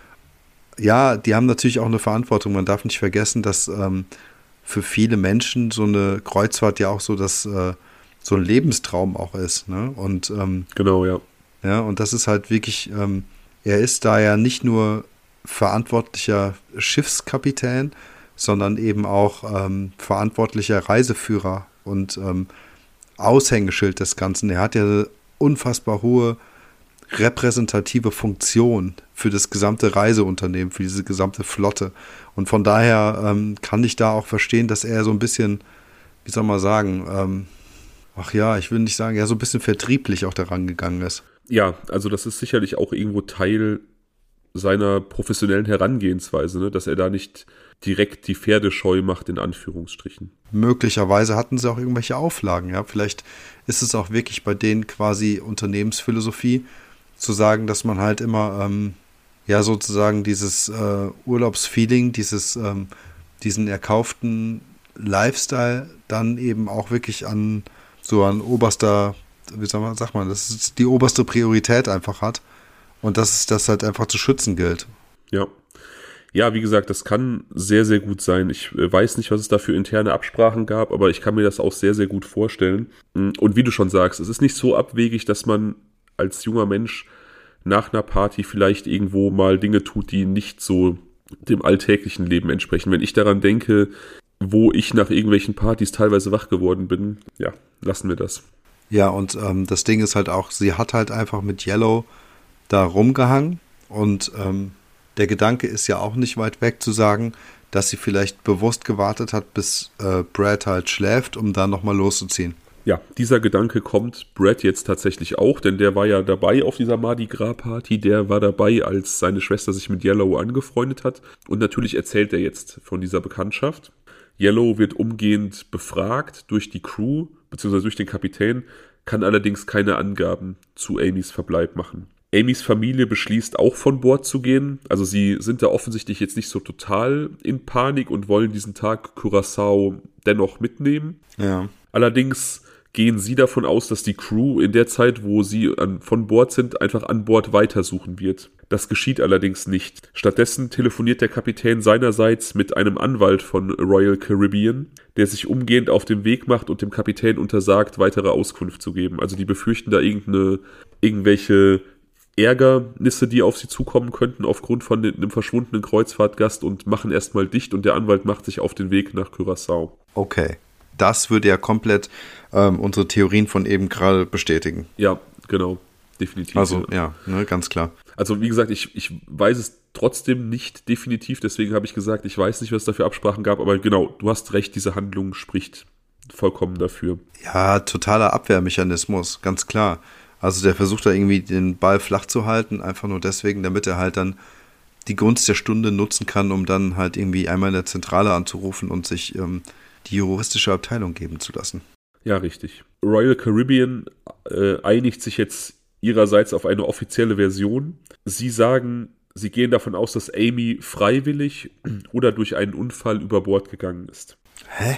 Ja, die haben natürlich auch eine Verantwortung. Man darf nicht vergessen, dass ähm, für viele Menschen so eine Kreuzfahrt ja auch so, dass äh, so ein Lebenstraum auch ist, ne? Und ähm, genau, ja. Ja, und das ist halt wirklich, ähm, er ist da ja nicht nur verantwortlicher Schiffskapitän, sondern eben auch ähm, verantwortlicher Reiseführer und ähm, Aushängeschild des Ganzen. Er hat ja eine unfassbar hohe repräsentative Funktion für das gesamte Reiseunternehmen, für diese gesamte Flotte. Und von daher ähm, kann ich da auch verstehen, dass er so ein bisschen, wie soll man sagen, ähm, ach ja, ich will nicht sagen, ja, so ein bisschen vertrieblich auch daran gegangen ist. Ja, also das ist sicherlich auch irgendwo Teil seiner professionellen Herangehensweise, ne? Dass er da nicht direkt die Pferdescheu macht, in Anführungsstrichen. Möglicherweise hatten sie auch irgendwelche Auflagen, ja. Vielleicht ist es auch wirklich bei denen quasi Unternehmensphilosophie, zu sagen, dass man halt immer, ähm, ja, sozusagen dieses äh, Urlaubsfeeling, dieses, ähm, diesen erkauften Lifestyle dann eben auch wirklich an, so an oberster, wie soll man, sagt man, das ist die oberste Priorität einfach hat und dass es das halt einfach zu schützen gilt. Ja. Ja, wie gesagt, das kann sehr, sehr gut sein. Ich äh, weiß nicht, was es da für interne Absprachen gab, aber ich kann mir das auch sehr, sehr gut vorstellen. Und wie du schon sagst, es ist nicht so abwegig, dass man als junger Mensch nach einer Party vielleicht irgendwo mal Dinge tut, die nicht so dem alltäglichen Leben entsprechen. Wenn ich daran denke, wo ich nach irgendwelchen Partys teilweise wach geworden bin, ja, lassen wir das. Ja, und ähm, das Ding ist halt auch, sie hat halt einfach mit Yellow da rumgehangen und ähm, der Gedanke ist ja auch nicht weit weg zu sagen, dass sie vielleicht bewusst gewartet hat, bis äh, Brad halt schläft, um da nochmal loszuziehen. Ja, dieser Gedanke kommt Brad jetzt tatsächlich auch, denn der war ja dabei auf dieser Mardi Gras Party, der war dabei, als seine Schwester sich mit Yellow angefreundet hat und natürlich erzählt er jetzt von dieser Bekanntschaft. Yellow wird umgehend befragt durch die Crew, beziehungsweise durch den Kapitän, kann allerdings keine Angaben zu Amys Verbleib machen. Amys Familie beschließt auch von Bord zu gehen, also sie sind da offensichtlich jetzt nicht so total in Panik und wollen diesen Tag Curaçao dennoch mitnehmen. Ja. Allerdings gehen sie davon aus, dass die Crew in der Zeit, wo sie an, von Bord sind, einfach an Bord weitersuchen wird. Das geschieht allerdings nicht. Stattdessen telefoniert der Kapitän seinerseits mit einem Anwalt von Royal Caribbean, der sich umgehend auf den Weg macht und dem Kapitän untersagt, weitere Auskunft zu geben. Also die befürchten da irgendeine, irgendwelche Ärgernisse, die auf sie zukommen könnten aufgrund von einem verschwundenen Kreuzfahrtgast und machen erstmal dicht und der Anwalt macht sich auf den Weg nach Curaçao. Okay. Das würde ja komplett ähm, unsere Theorien von eben gerade bestätigen. Ja, genau. Definitiv. Also, ja, ne, ganz klar. Also, wie gesagt, ich, ich weiß es trotzdem nicht definitiv, deswegen habe ich gesagt, ich weiß nicht, was es da für Absprachen gab, aber genau, du hast recht, diese Handlung spricht vollkommen dafür. Ja, totaler Abwehrmechanismus, ganz klar. Also der versucht da irgendwie den Ball flach zu halten, einfach nur deswegen, damit er halt dann die Gunst der Stunde nutzen kann, um dann halt irgendwie einmal in der Zentrale anzurufen und sich ähm, die juristische Abteilung geben zu lassen. Ja, richtig. Royal Caribbean äh, einigt sich jetzt ihrerseits auf eine offizielle Version. Sie sagen, sie gehen davon aus, dass Amy freiwillig oder durch einen Unfall über Bord gegangen ist. Hä?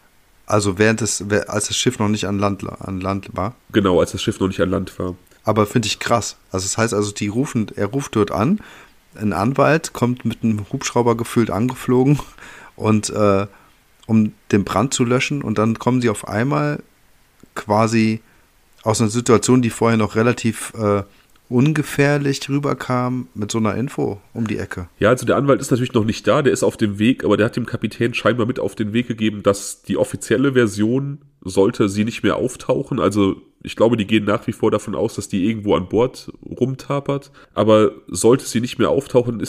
Also während des, als das Schiff noch nicht an Land, an Land war? Genau, als das Schiff noch nicht an Land war. Aber finde ich krass. Also das heißt also, die rufen, er ruft dort an, ein Anwalt kommt mit einem Hubschrauber gefüllt angeflogen und äh, um den Brand zu löschen und dann kommen sie auf einmal quasi aus einer Situation, die vorher noch relativ äh, ungefährlich rüberkam, mit so einer Info um die Ecke. Ja, also der Anwalt ist natürlich noch nicht da, der ist auf dem Weg, aber der hat dem Kapitän scheinbar mit auf den Weg gegeben, dass die offizielle Version, sollte sie nicht mehr auftauchen, also ich glaube, die gehen nach wie vor davon aus, dass die irgendwo an Bord rumtapert, aber sollte sie nicht mehr auftauchen, ist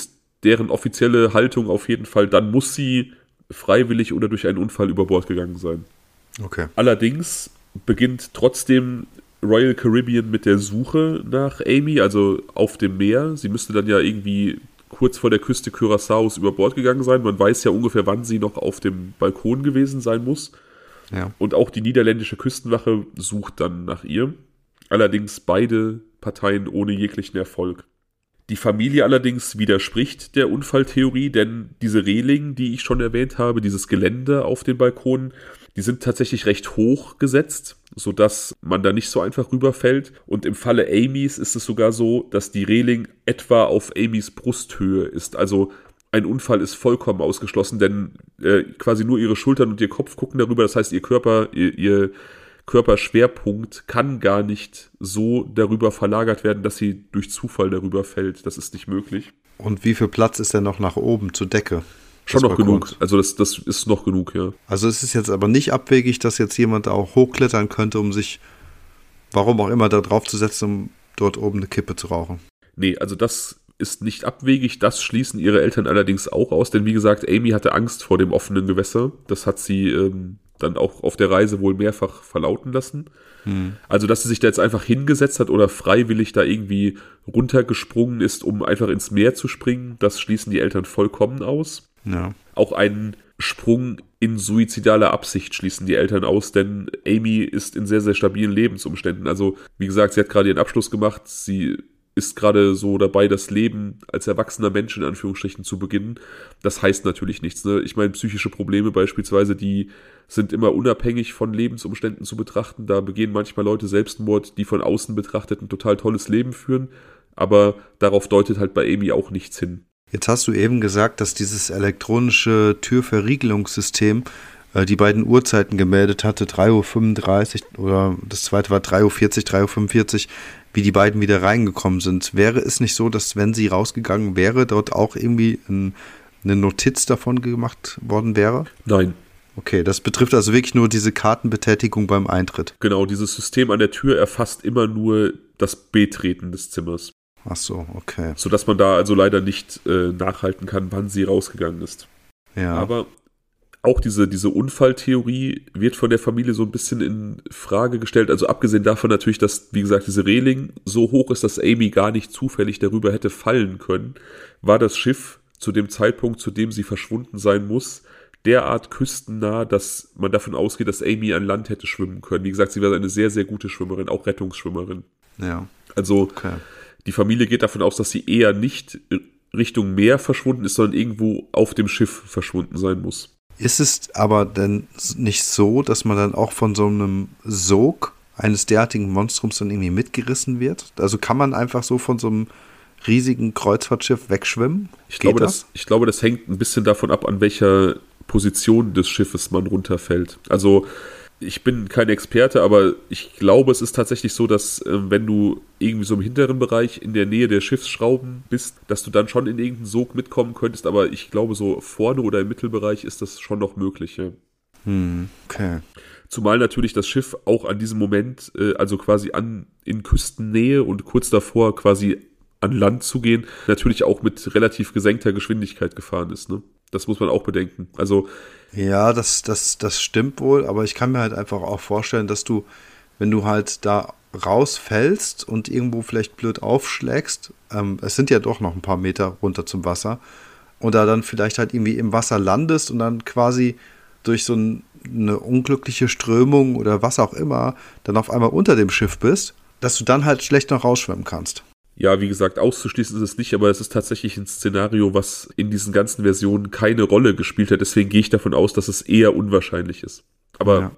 deren offizielle Haltung auf jeden Fall, dann muss sie freiwillig oder durch einen Unfall über Bord gegangen sein. Okay. Allerdings beginnt trotzdem Royal Caribbean mit der Suche nach Amy, also auf dem Meer. Sie müsste dann ja irgendwie kurz vor der Küste Curaçaos über Bord gegangen sein. Man weiß ja ungefähr, wann sie noch auf dem Balkon gewesen sein muss. Ja. Und auch die niederländische Küstenwache sucht dann nach ihr. Allerdings beide Parteien ohne jeglichen Erfolg. Die Familie allerdings widerspricht der Unfalltheorie, denn diese Reling, die ich schon erwähnt habe, dieses Geländer auf den Balkonen, die sind tatsächlich recht hoch gesetzt, sodass man da nicht so einfach rüberfällt. Und im Falle Amys ist es sogar so, dass die Reling etwa auf Amys Brusthöhe ist. Also ein Unfall ist vollkommen ausgeschlossen, denn äh, quasi nur ihre Schultern und ihr Kopf gucken darüber. Das heißt, ihr Körper, ihr, ihr Körperschwerpunkt kann gar nicht so darüber verlagert werden, dass sie durch Zufall darüber fällt. Das ist nicht möglich. Und wie viel Platz ist denn noch nach oben zur Decke? Schon noch genug. Also das, das ist noch genug, ja. Also es ist jetzt aber nicht abwegig, dass jetzt jemand da auch hochklettern könnte, um sich, warum auch immer, da drauf zu setzen, um dort oben eine Kippe zu rauchen. Nee, also das ist nicht abwegig. Das schließen ihre Eltern allerdings auch aus. Denn wie gesagt, Amy hatte Angst vor dem offenen Gewässer. Das hat sie ähm, dann auch auf der Reise wohl mehrfach verlauten lassen. Hm. Also, dass sie sich da jetzt einfach hingesetzt hat oder freiwillig da irgendwie runtergesprungen ist, um einfach ins Meer zu springen, das schließen die Eltern vollkommen aus. Ja. Auch einen Sprung in suizidaler Absicht schließen die Eltern aus, denn Amy ist in sehr, sehr stabilen Lebensumständen. Also, wie gesagt, sie hat gerade ihren Abschluss gemacht, sie ist gerade so dabei, das Leben als erwachsener Mensch in Anführungsstrichen zu beginnen. Das heißt natürlich nichts, ne? Ich meine, psychische Probleme beispielsweise, die sind immer unabhängig von Lebensumständen zu betrachten. Da begehen manchmal Leute Selbstmord, die von außen betrachtet ein total tolles Leben führen, aber darauf deutet halt bei Amy auch nichts hin. Jetzt hast du eben gesagt, dass dieses elektronische Türverriegelungssystem äh, die beiden Uhrzeiten gemeldet hatte, drei Uhr fünfunddreißig oder das zweite war drei Uhr vierzig, drei Uhr fünfundvierzig, wie die beiden wieder reingekommen sind. Wäre es nicht so, dass wenn sie rausgegangen wäre, dort auch irgendwie ein, eine Notiz davon gemacht worden wäre? Nein. Okay, das betrifft also wirklich nur diese Kartenbetätigung beim Eintritt. Genau, dieses System an der Tür erfasst immer nur das Betreten des Zimmers. Ach so, okay. Sodass man da also leider nicht äh, nachhalten kann, wann sie rausgegangen ist. Ja. Aber auch diese, diese Unfalltheorie wird von der Familie so ein bisschen in Frage gestellt. Also abgesehen davon natürlich, dass, wie gesagt, diese Reling so hoch ist, dass Amy gar nicht zufällig darüber hätte fallen können, war das Schiff zu dem Zeitpunkt, zu dem sie verschwunden sein muss, derart küstennah, dass man davon ausgeht, dass Amy an Land hätte schwimmen können. Wie gesagt, sie war eine sehr, sehr gute Schwimmerin, auch Rettungsschwimmerin. Ja. Also okay. Die Familie geht davon aus, dass sie eher nicht Richtung Meer verschwunden ist, sondern irgendwo auf dem Schiff verschwunden sein muss. Ist es aber denn nicht so, dass man dann auch von so einem Sog eines derartigen Monstrums dann irgendwie mitgerissen wird? Also kann man einfach so von so einem riesigen Kreuzfahrtschiff wegschwimmen? Ich glaube, das? Das, ich glaube, das hängt ein bisschen davon ab, an welcher Position des Schiffes man runterfällt. Also ich bin kein Experte, aber ich glaube, es ist tatsächlich so, dass äh, wenn du irgendwie so im hinteren Bereich in der Nähe der Schiffsschrauben bist, dass du dann schon in irgendeinen Sog mitkommen könntest, aber ich glaube, so vorne oder im Mittelbereich ist das schon noch möglich. Ja. Hm, okay. Zumal natürlich das Schiff auch an diesem Moment, äh, also quasi an in Küstennähe und kurz davor quasi an Land zu gehen, natürlich auch mit relativ gesenkter Geschwindigkeit gefahren ist, ne? Das muss man auch bedenken. Also ja, das, das, das stimmt wohl, aber ich kann mir halt einfach auch vorstellen, dass du, wenn du halt da rausfällst und irgendwo vielleicht blöd aufschlägst, ähm, es sind ja doch noch ein paar Meter runter zum Wasser, und da dann vielleicht halt irgendwie im Wasser landest und dann quasi durch so ein, eine unglückliche Strömung oder was auch immer dann auf einmal unter dem Schiff bist, dass du dann halt schlecht noch rausschwimmen kannst. Ja, wie gesagt, auszuschließen ist es nicht, aber es ist tatsächlich ein Szenario, was in diesen ganzen Versionen keine Rolle gespielt hat. Deswegen gehe ich davon aus, dass es eher unwahrscheinlich ist. Aber ja.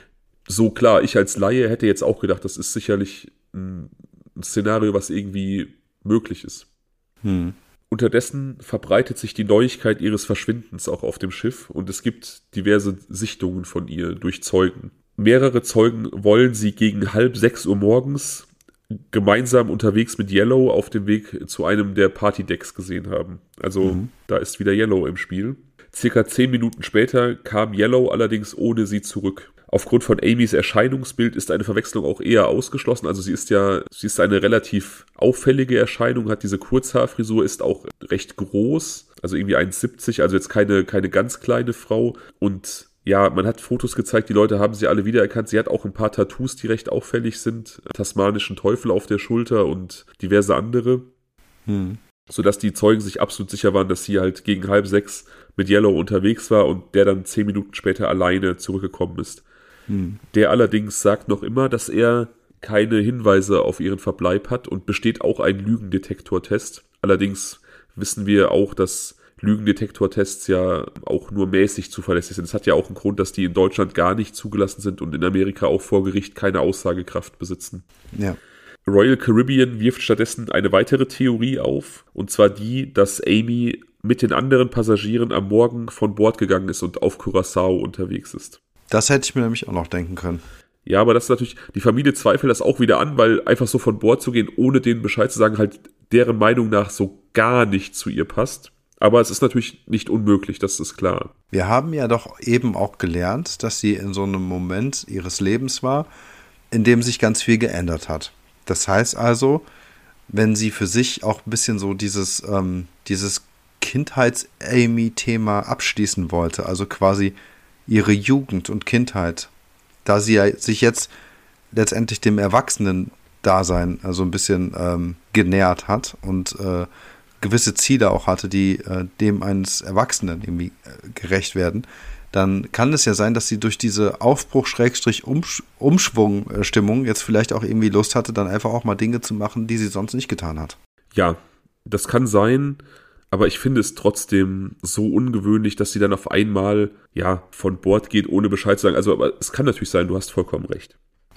So klar, ich als Laie hätte jetzt auch gedacht, das ist sicherlich ein Szenario, was irgendwie möglich ist. Hm. Unterdessen verbreitet sich die Neuigkeit ihres Verschwindens auch auf dem Schiff und es gibt diverse Sichtungen von ihr durch Zeugen. Mehrere Zeugen wollen sie gegen halb sechs Uhr morgens gemeinsam unterwegs mit Yellow auf dem Weg zu einem der Partydecks gesehen haben. Also mhm. Da ist wieder Yellow im Spiel. Circa zehn Minuten später kam Yellow allerdings ohne sie zurück. Aufgrund von Amys Erscheinungsbild ist eine Verwechslung auch eher ausgeschlossen. Also sie ist ja, sie ist eine relativ auffällige Erscheinung, hat diese Kurzhaarfrisur, ist auch recht groß, also irgendwie eins Komma siebzig, also jetzt keine, keine ganz kleine Frau. Und ja, man hat Fotos gezeigt, die Leute haben sie alle wiedererkannt. Sie hat auch ein paar Tattoos, die recht auffällig sind. Tasmanischen Teufel auf der Schulter und diverse andere. Hm. Sodass die Zeugen sich absolut sicher waren, dass sie halt gegen halb sechs mit Yellow unterwegs war und der dann zehn Minuten später alleine zurückgekommen ist. Hm. Der allerdings sagt noch immer, dass er keine Hinweise auf ihren Verbleib hat und besteht auch ein Lügendetektortest. Allerdings wissen wir auch, dass Lügendetektortests ja auch nur mäßig zuverlässig sind. Es hat ja auch einen Grund, dass die in Deutschland gar nicht zugelassen sind und in Amerika auch vor Gericht keine Aussagekraft besitzen. Ja. Royal Caribbean wirft stattdessen eine weitere Theorie auf, und zwar die, dass Amy mit den anderen Passagieren am Morgen von Bord gegangen ist und auf Curaçao unterwegs ist. Das hätte ich mir nämlich auch noch denken können. Ja, aber das ist natürlich, die Familie zweifelt das auch wieder an, weil einfach so von Bord zu gehen, ohne denen Bescheid zu sagen, halt deren Meinung nach so gar nicht zu ihr passt. Aber es ist natürlich nicht unmöglich, das ist klar. Wir haben ja doch eben auch gelernt, dass sie in so einem Moment ihres Lebens war, in dem sich ganz viel geändert hat. Das heißt also, wenn sie für sich auch ein bisschen so dieses, ähm, dieses Kindheits-Amy-Thema abschließen wollte, also quasi ihre Jugend und Kindheit, da sie ja sich jetzt letztendlich dem Erwachsenen-Dasein also ein bisschen ähm, genähert hat und äh, gewisse Ziele auch hatte, die äh, dem eines Erwachsenen irgendwie äh, gerecht werden, dann kann es ja sein, dass sie durch diese Aufbruch-Umschwung-Stimmung jetzt vielleicht auch irgendwie Lust hatte, dann einfach auch mal Dinge zu machen, die sie sonst nicht getan hat. Ja, das kann sein, aber ich finde es trotzdem so ungewöhnlich, dass sie dann auf einmal ja von Bord geht, ohne Bescheid zu sagen. Also, aber es kann natürlich sein, du hast vollkommen recht.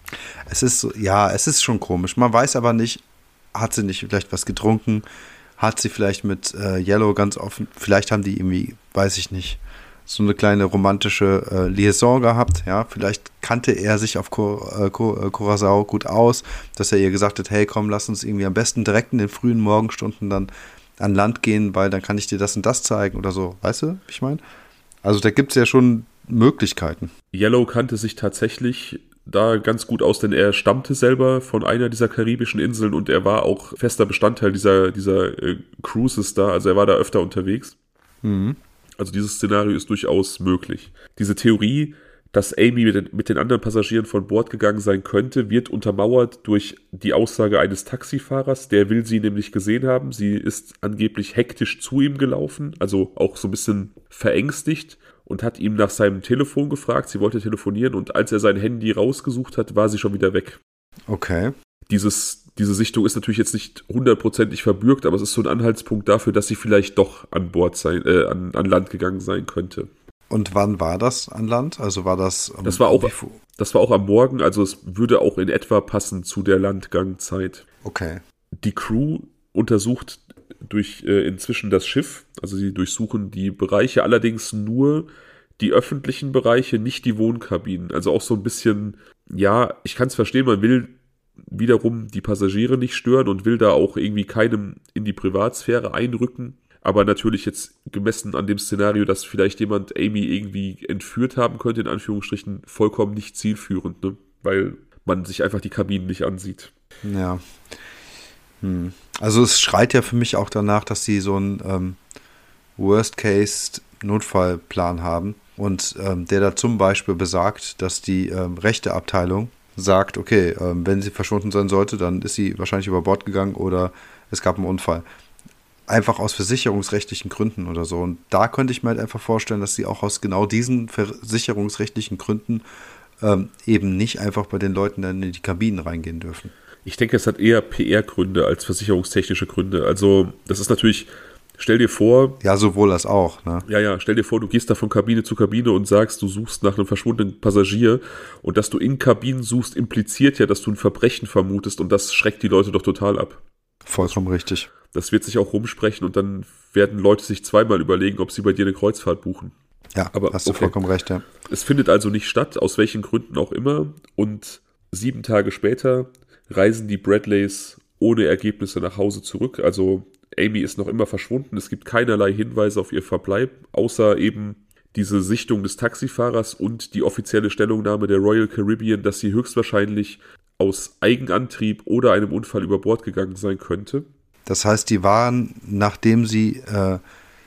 Es ist so, ja, es ist schon komisch. Man weiß aber nicht, hat sie nicht vielleicht was getrunken? Hat sie vielleicht mit äh, Yellow ganz offen, vielleicht haben die irgendwie, weiß ich nicht, so eine kleine romantische äh, Liaison gehabt, ja, vielleicht kannte er sich auf Cur- äh, Curaçao gut aus, dass er ihr gesagt hat, hey, komm, lass uns irgendwie am besten direkt in den frühen Morgenstunden dann an Land gehen, weil dann kann ich dir das und das zeigen oder so, weißt du, wie ich meine? Also da gibt es ja schon Möglichkeiten. Yellow kannte sich tatsächlich da ganz gut aus, denn er stammte selber von einer dieser karibischen Inseln und er war auch fester Bestandteil dieser, dieser äh, Cruises da, also er war da öfter unterwegs. Mhm. Also dieses Szenario ist durchaus möglich. Diese Theorie, dass Amy mit den, mit den anderen Passagieren von Bord gegangen sein könnte, wird untermauert durch die Aussage eines Taxifahrers, der will sie nämlich gesehen haben. Sie ist angeblich hektisch zu ihm gelaufen, also auch so ein bisschen verängstigt, und hat ihm nach seinem Telefon gefragt. Sie wollte telefonieren und als er sein Handy rausgesucht hat, war sie schon wieder weg. Okay. Dieses, diese Sichtung ist natürlich jetzt nicht hundertprozentig verbürgt, aber es ist so ein Anhaltspunkt dafür, dass sie vielleicht doch an Bord sein, äh, an, an Land gegangen sein könnte. Und wann war das an Land? Also war das... Um, das war auch, das war auch am Morgen, also es würde auch in etwa passen zu der Landgangzeit. Okay. Die Crew untersucht durch äh, inzwischen das Schiff, also sie durchsuchen die Bereiche, allerdings nur die öffentlichen Bereiche, nicht die Wohnkabinen. Also auch so ein bisschen, ja, ich kann es verstehen, man will wiederum die Passagiere nicht stören und will da auch irgendwie keinem in die Privatsphäre einrücken. Aber natürlich jetzt gemessen an dem Szenario, dass vielleicht jemand Amy irgendwie entführt haben könnte, in Anführungsstrichen, vollkommen nicht zielführend, ne? Weil man sich einfach die Kabinen nicht ansieht. Ja. Hm. Also es schreit ja für mich auch danach, dass sie so einen ähm, Worst-Case-Notfallplan haben und ähm, der da zum Beispiel besagt, dass die ähm, Rechteabteilung sagt, okay, ähm, wenn sie verschwunden sein sollte, dann ist sie wahrscheinlich über Bord gegangen oder es gab einen Unfall. Einfach aus versicherungsrechtlichen Gründen oder so. Und da könnte ich mir halt einfach vorstellen, dass sie auch aus genau diesen versicherungsrechtlichen Gründen ähm, eben nicht einfach bei den Leuten dann in die Kabinen reingehen dürfen. Ich denke, es hat eher P R-Gründe als versicherungstechnische Gründe. Also das ist natürlich, stell dir vor... Ja, sowohl als auch, ne? Ja, ja, stell dir vor, du gehst da von Kabine zu Kabine und sagst, du suchst nach einem verschwundenen Passagier und dass du in Kabinen suchst, impliziert ja, dass du ein Verbrechen vermutest und das schreckt die Leute doch total ab. Vollkommen richtig. Das wird sich auch rumsprechen und dann werden Leute sich zweimal überlegen, ob sie bei dir eine Kreuzfahrt buchen. Ja, aber hast du okay. vollkommen recht, ja. Es findet also nicht statt, aus welchen Gründen auch immer. Und sieben Tage später reisen die Bradleys ohne Ergebnisse nach Hause zurück. Also Amy ist noch immer verschwunden. Es gibt keinerlei Hinweise auf ihr Verbleib, außer eben diese Sichtung des Taxifahrers und die offizielle Stellungnahme der Royal Caribbean, dass sie höchstwahrscheinlich aus Eigenantrieb oder einem Unfall über Bord gegangen sein könnte. Das heißt, die waren, nachdem sie äh,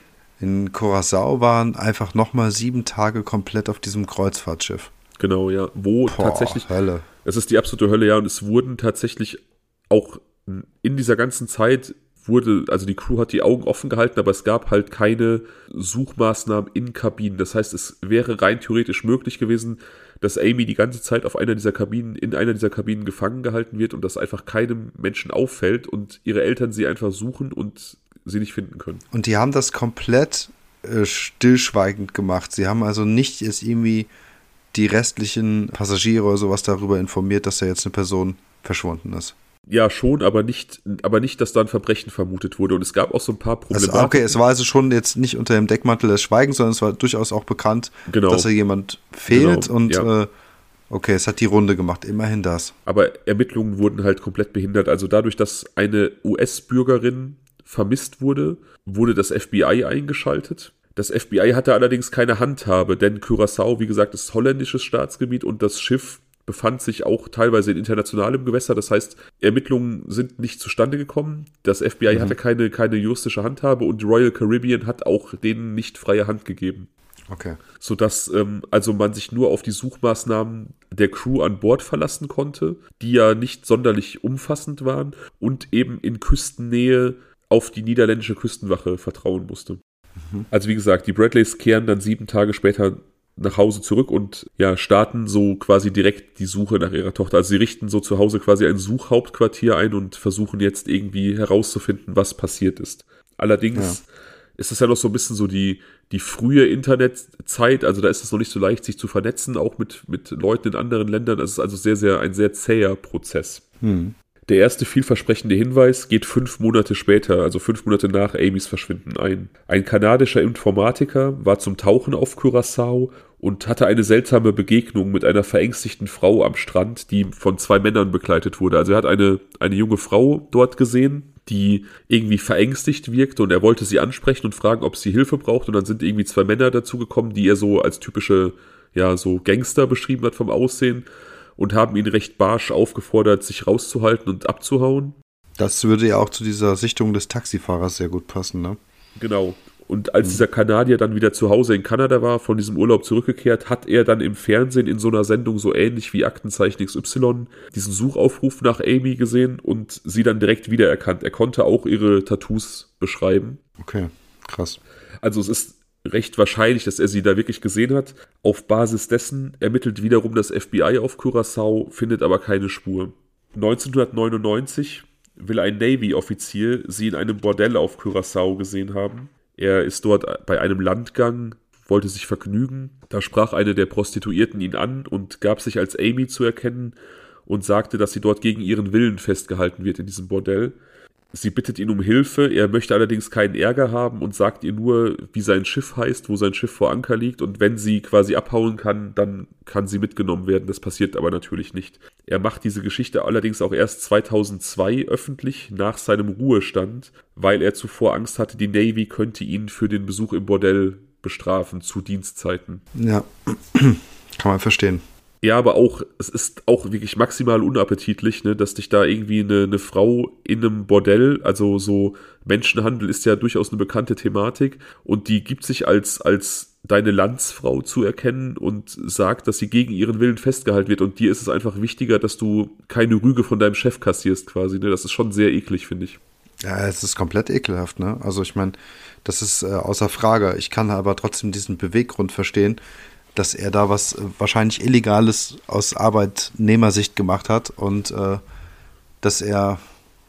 in Curaçao waren, einfach nochmal sieben Tage komplett auf diesem Kreuzfahrtschiff. Genau, ja. Wo Boah, tatsächlich, Hölle. das ist die absolute Hölle, ja. Und es wurden tatsächlich auch in dieser ganzen Zeit wurde, also die Crew hat die Augen offen gehalten, aber es gab halt keine Suchmaßnahmen in Kabinen. Das heißt, es wäre rein theoretisch möglich gewesen, dass Amy die ganze Zeit auf einer dieser Kabinen, in einer dieser Kabinen gefangen gehalten wird und das einfach keinem Menschen auffällt und ihre Eltern sie einfach suchen und sie nicht finden können. Und die haben das komplett äh, stillschweigend gemacht. Sie haben also nicht jetzt irgendwie die restlichen Passagiere oder sowas darüber informiert, dass da jetzt eine Person verschwunden ist. Ja, schon, aber nicht, aber nicht, dass da ein Verbrechen vermutet wurde. Und es gab auch so ein paar Probleme. Also, okay, es war also schon jetzt nicht unter dem Deckmantel des Schweigens, sondern es war durchaus auch bekannt, genau. dass da jemand fehlt. Genau, und ja. äh, okay, es hat die Runde gemacht, immerhin das. Aber Ermittlungen wurden halt komplett behindert. Also dadurch, dass eine U S-Bürgerin vermisst wurde, wurde das F B I eingeschaltet. Das F B I hatte allerdings keine Handhabe, denn Curaçao, wie gesagt, ist holländisches Staatsgebiet und das Schiff befand sich auch teilweise in internationalem Gewässer. Das heißt, Ermittlungen sind nicht zustande gekommen. Das F B I mhm. hatte keine, keine juristische Handhabe und die Royal Caribbean hat auch denen nicht freie Hand gegeben. Okay. Sodass ähm, also man sich nur auf die Suchmaßnahmen der Crew an Bord verlassen konnte, die ja nicht sonderlich umfassend waren und eben in Küstennähe auf die niederländische Küstenwache vertrauen musste. Mhm. Also wie gesagt, die Bradleys kehren dann sieben Tage später nach Hause zurück und ja, starten so quasi direkt die Suche nach ihrer Tochter. Also sie richten so zu Hause quasi ein Suchhauptquartier ein und versuchen jetzt irgendwie herauszufinden, was passiert ist. Allerdings ja. ist es ja noch so ein bisschen so die, die frühe Internetzeit, also da ist es noch nicht so leicht, sich zu vernetzen, auch mit, mit Leuten in anderen Ländern. Das ist also sehr, sehr, ein sehr zäher Prozess. Hm. Der erste vielversprechende Hinweis geht fünf Monate später, also fünf Monate nach Amys Verschwinden ein. Ein kanadischer Informatiker war zum Tauchen auf Curaçao und hatte eine seltsame Begegnung mit einer verängstigten Frau am Strand, die von zwei Männern begleitet wurde. Also er hat eine, eine junge Frau dort gesehen, die irgendwie verängstigt wirkte und er wollte sie ansprechen und fragen, ob sie Hilfe braucht und dann sind irgendwie zwei Männer dazugekommen, die er so als typische, ja, so Gangster beschrieben hat vom Aussehen. Und haben ihn recht barsch aufgefordert, sich rauszuhalten und abzuhauen. Das würde ja auch zu dieser Sichtung des Taxifahrers sehr gut passen, ne? Genau. Und als mhm. dieser Kanadier dann wieder zu Hause in Kanada war, von diesem Urlaub zurückgekehrt, hat er dann im Fernsehen in so einer Sendung so ähnlich wie Aktenzeichen X Y diesen Suchaufruf nach Amy gesehen und sie dann direkt wiedererkannt. Er konnte auch ihre Tattoos beschreiben. Okay, krass. Also es ist recht wahrscheinlich, dass er sie da wirklich gesehen hat. Auf Basis dessen ermittelt wiederum das F B I auf Curaçao, findet aber keine Spur. neunzehnhundertneunundneunzig will ein Navy-Offizier sie in einem Bordell auf Curaçao gesehen haben. Er ist dort bei einem Landgang, wollte sich vergnügen. Da sprach eine der Prostituierten ihn an und gab sich als Amy zu erkennen und sagte, dass sie dort gegen ihren Willen festgehalten wird in diesem Bordell. Sie bittet ihn um Hilfe, er möchte allerdings keinen Ärger haben und sagt ihr nur, wie sein Schiff heißt, wo sein Schiff vor Anker liegt und wenn sie quasi abhauen kann, dann kann sie mitgenommen werden. Das passiert aber natürlich nicht. Er macht diese Geschichte allerdings auch erst zweitausendzwei öffentlich, nach seinem Ruhestand, weil er zuvor Angst hatte, die Navy könnte ihn für den Besuch im Bordell bestrafen zu Dienstzeiten. Ja, kann man verstehen. Ja, aber auch, es ist auch wirklich maximal unappetitlich, ne, dass dich da irgendwie eine, eine Frau in einem Bordell, also so Menschenhandel ist ja durchaus eine bekannte Thematik und die gibt sich als, als deine Landsfrau zu erkennen und sagt, dass sie gegen ihren Willen festgehalten wird und dir ist es einfach wichtiger, dass du keine Rüge von deinem Chef kassierst quasi, ne, das ist schon sehr eklig, finde ich. Ja, es ist komplett ekelhaft, ne, also ich meine, das ist äh, außer Frage, ich kann aber trotzdem diesen Beweggrund verstehen, dass er da was äh, wahrscheinlich Illegales aus Arbeitnehmersicht gemacht hat und äh, dass er,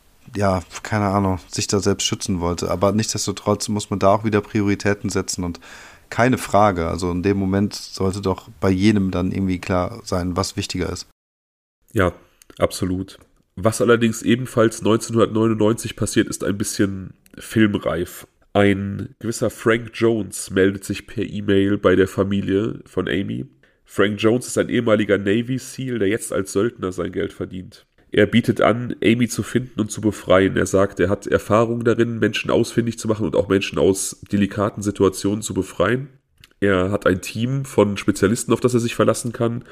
ja, keine Ahnung, sich da selbst schützen wollte. Aber nichtsdestotrotz muss man da auch wieder Prioritäten setzen und keine Frage, also in dem Moment sollte doch bei jedem dann irgendwie klar sein, was wichtiger ist. Ja, absolut. Was allerdings ebenfalls neunzehnhundertneunundneunzig passiert, ist ein bisschen filmreif. Ein gewisser Frank Jones meldet sich per E-Mail bei der Familie von Amy. Frank Jones ist ein ehemaliger Navy SEAL, der jetzt als Söldner sein Geld verdient. Er bietet an, Amy zu finden und zu befreien. Er sagt, er hat Erfahrung darin, Menschen ausfindig zu machen und auch Menschen aus delikaten Situationen zu befreien. Er hat ein Team von Spezialisten, auf das er sich verlassen kann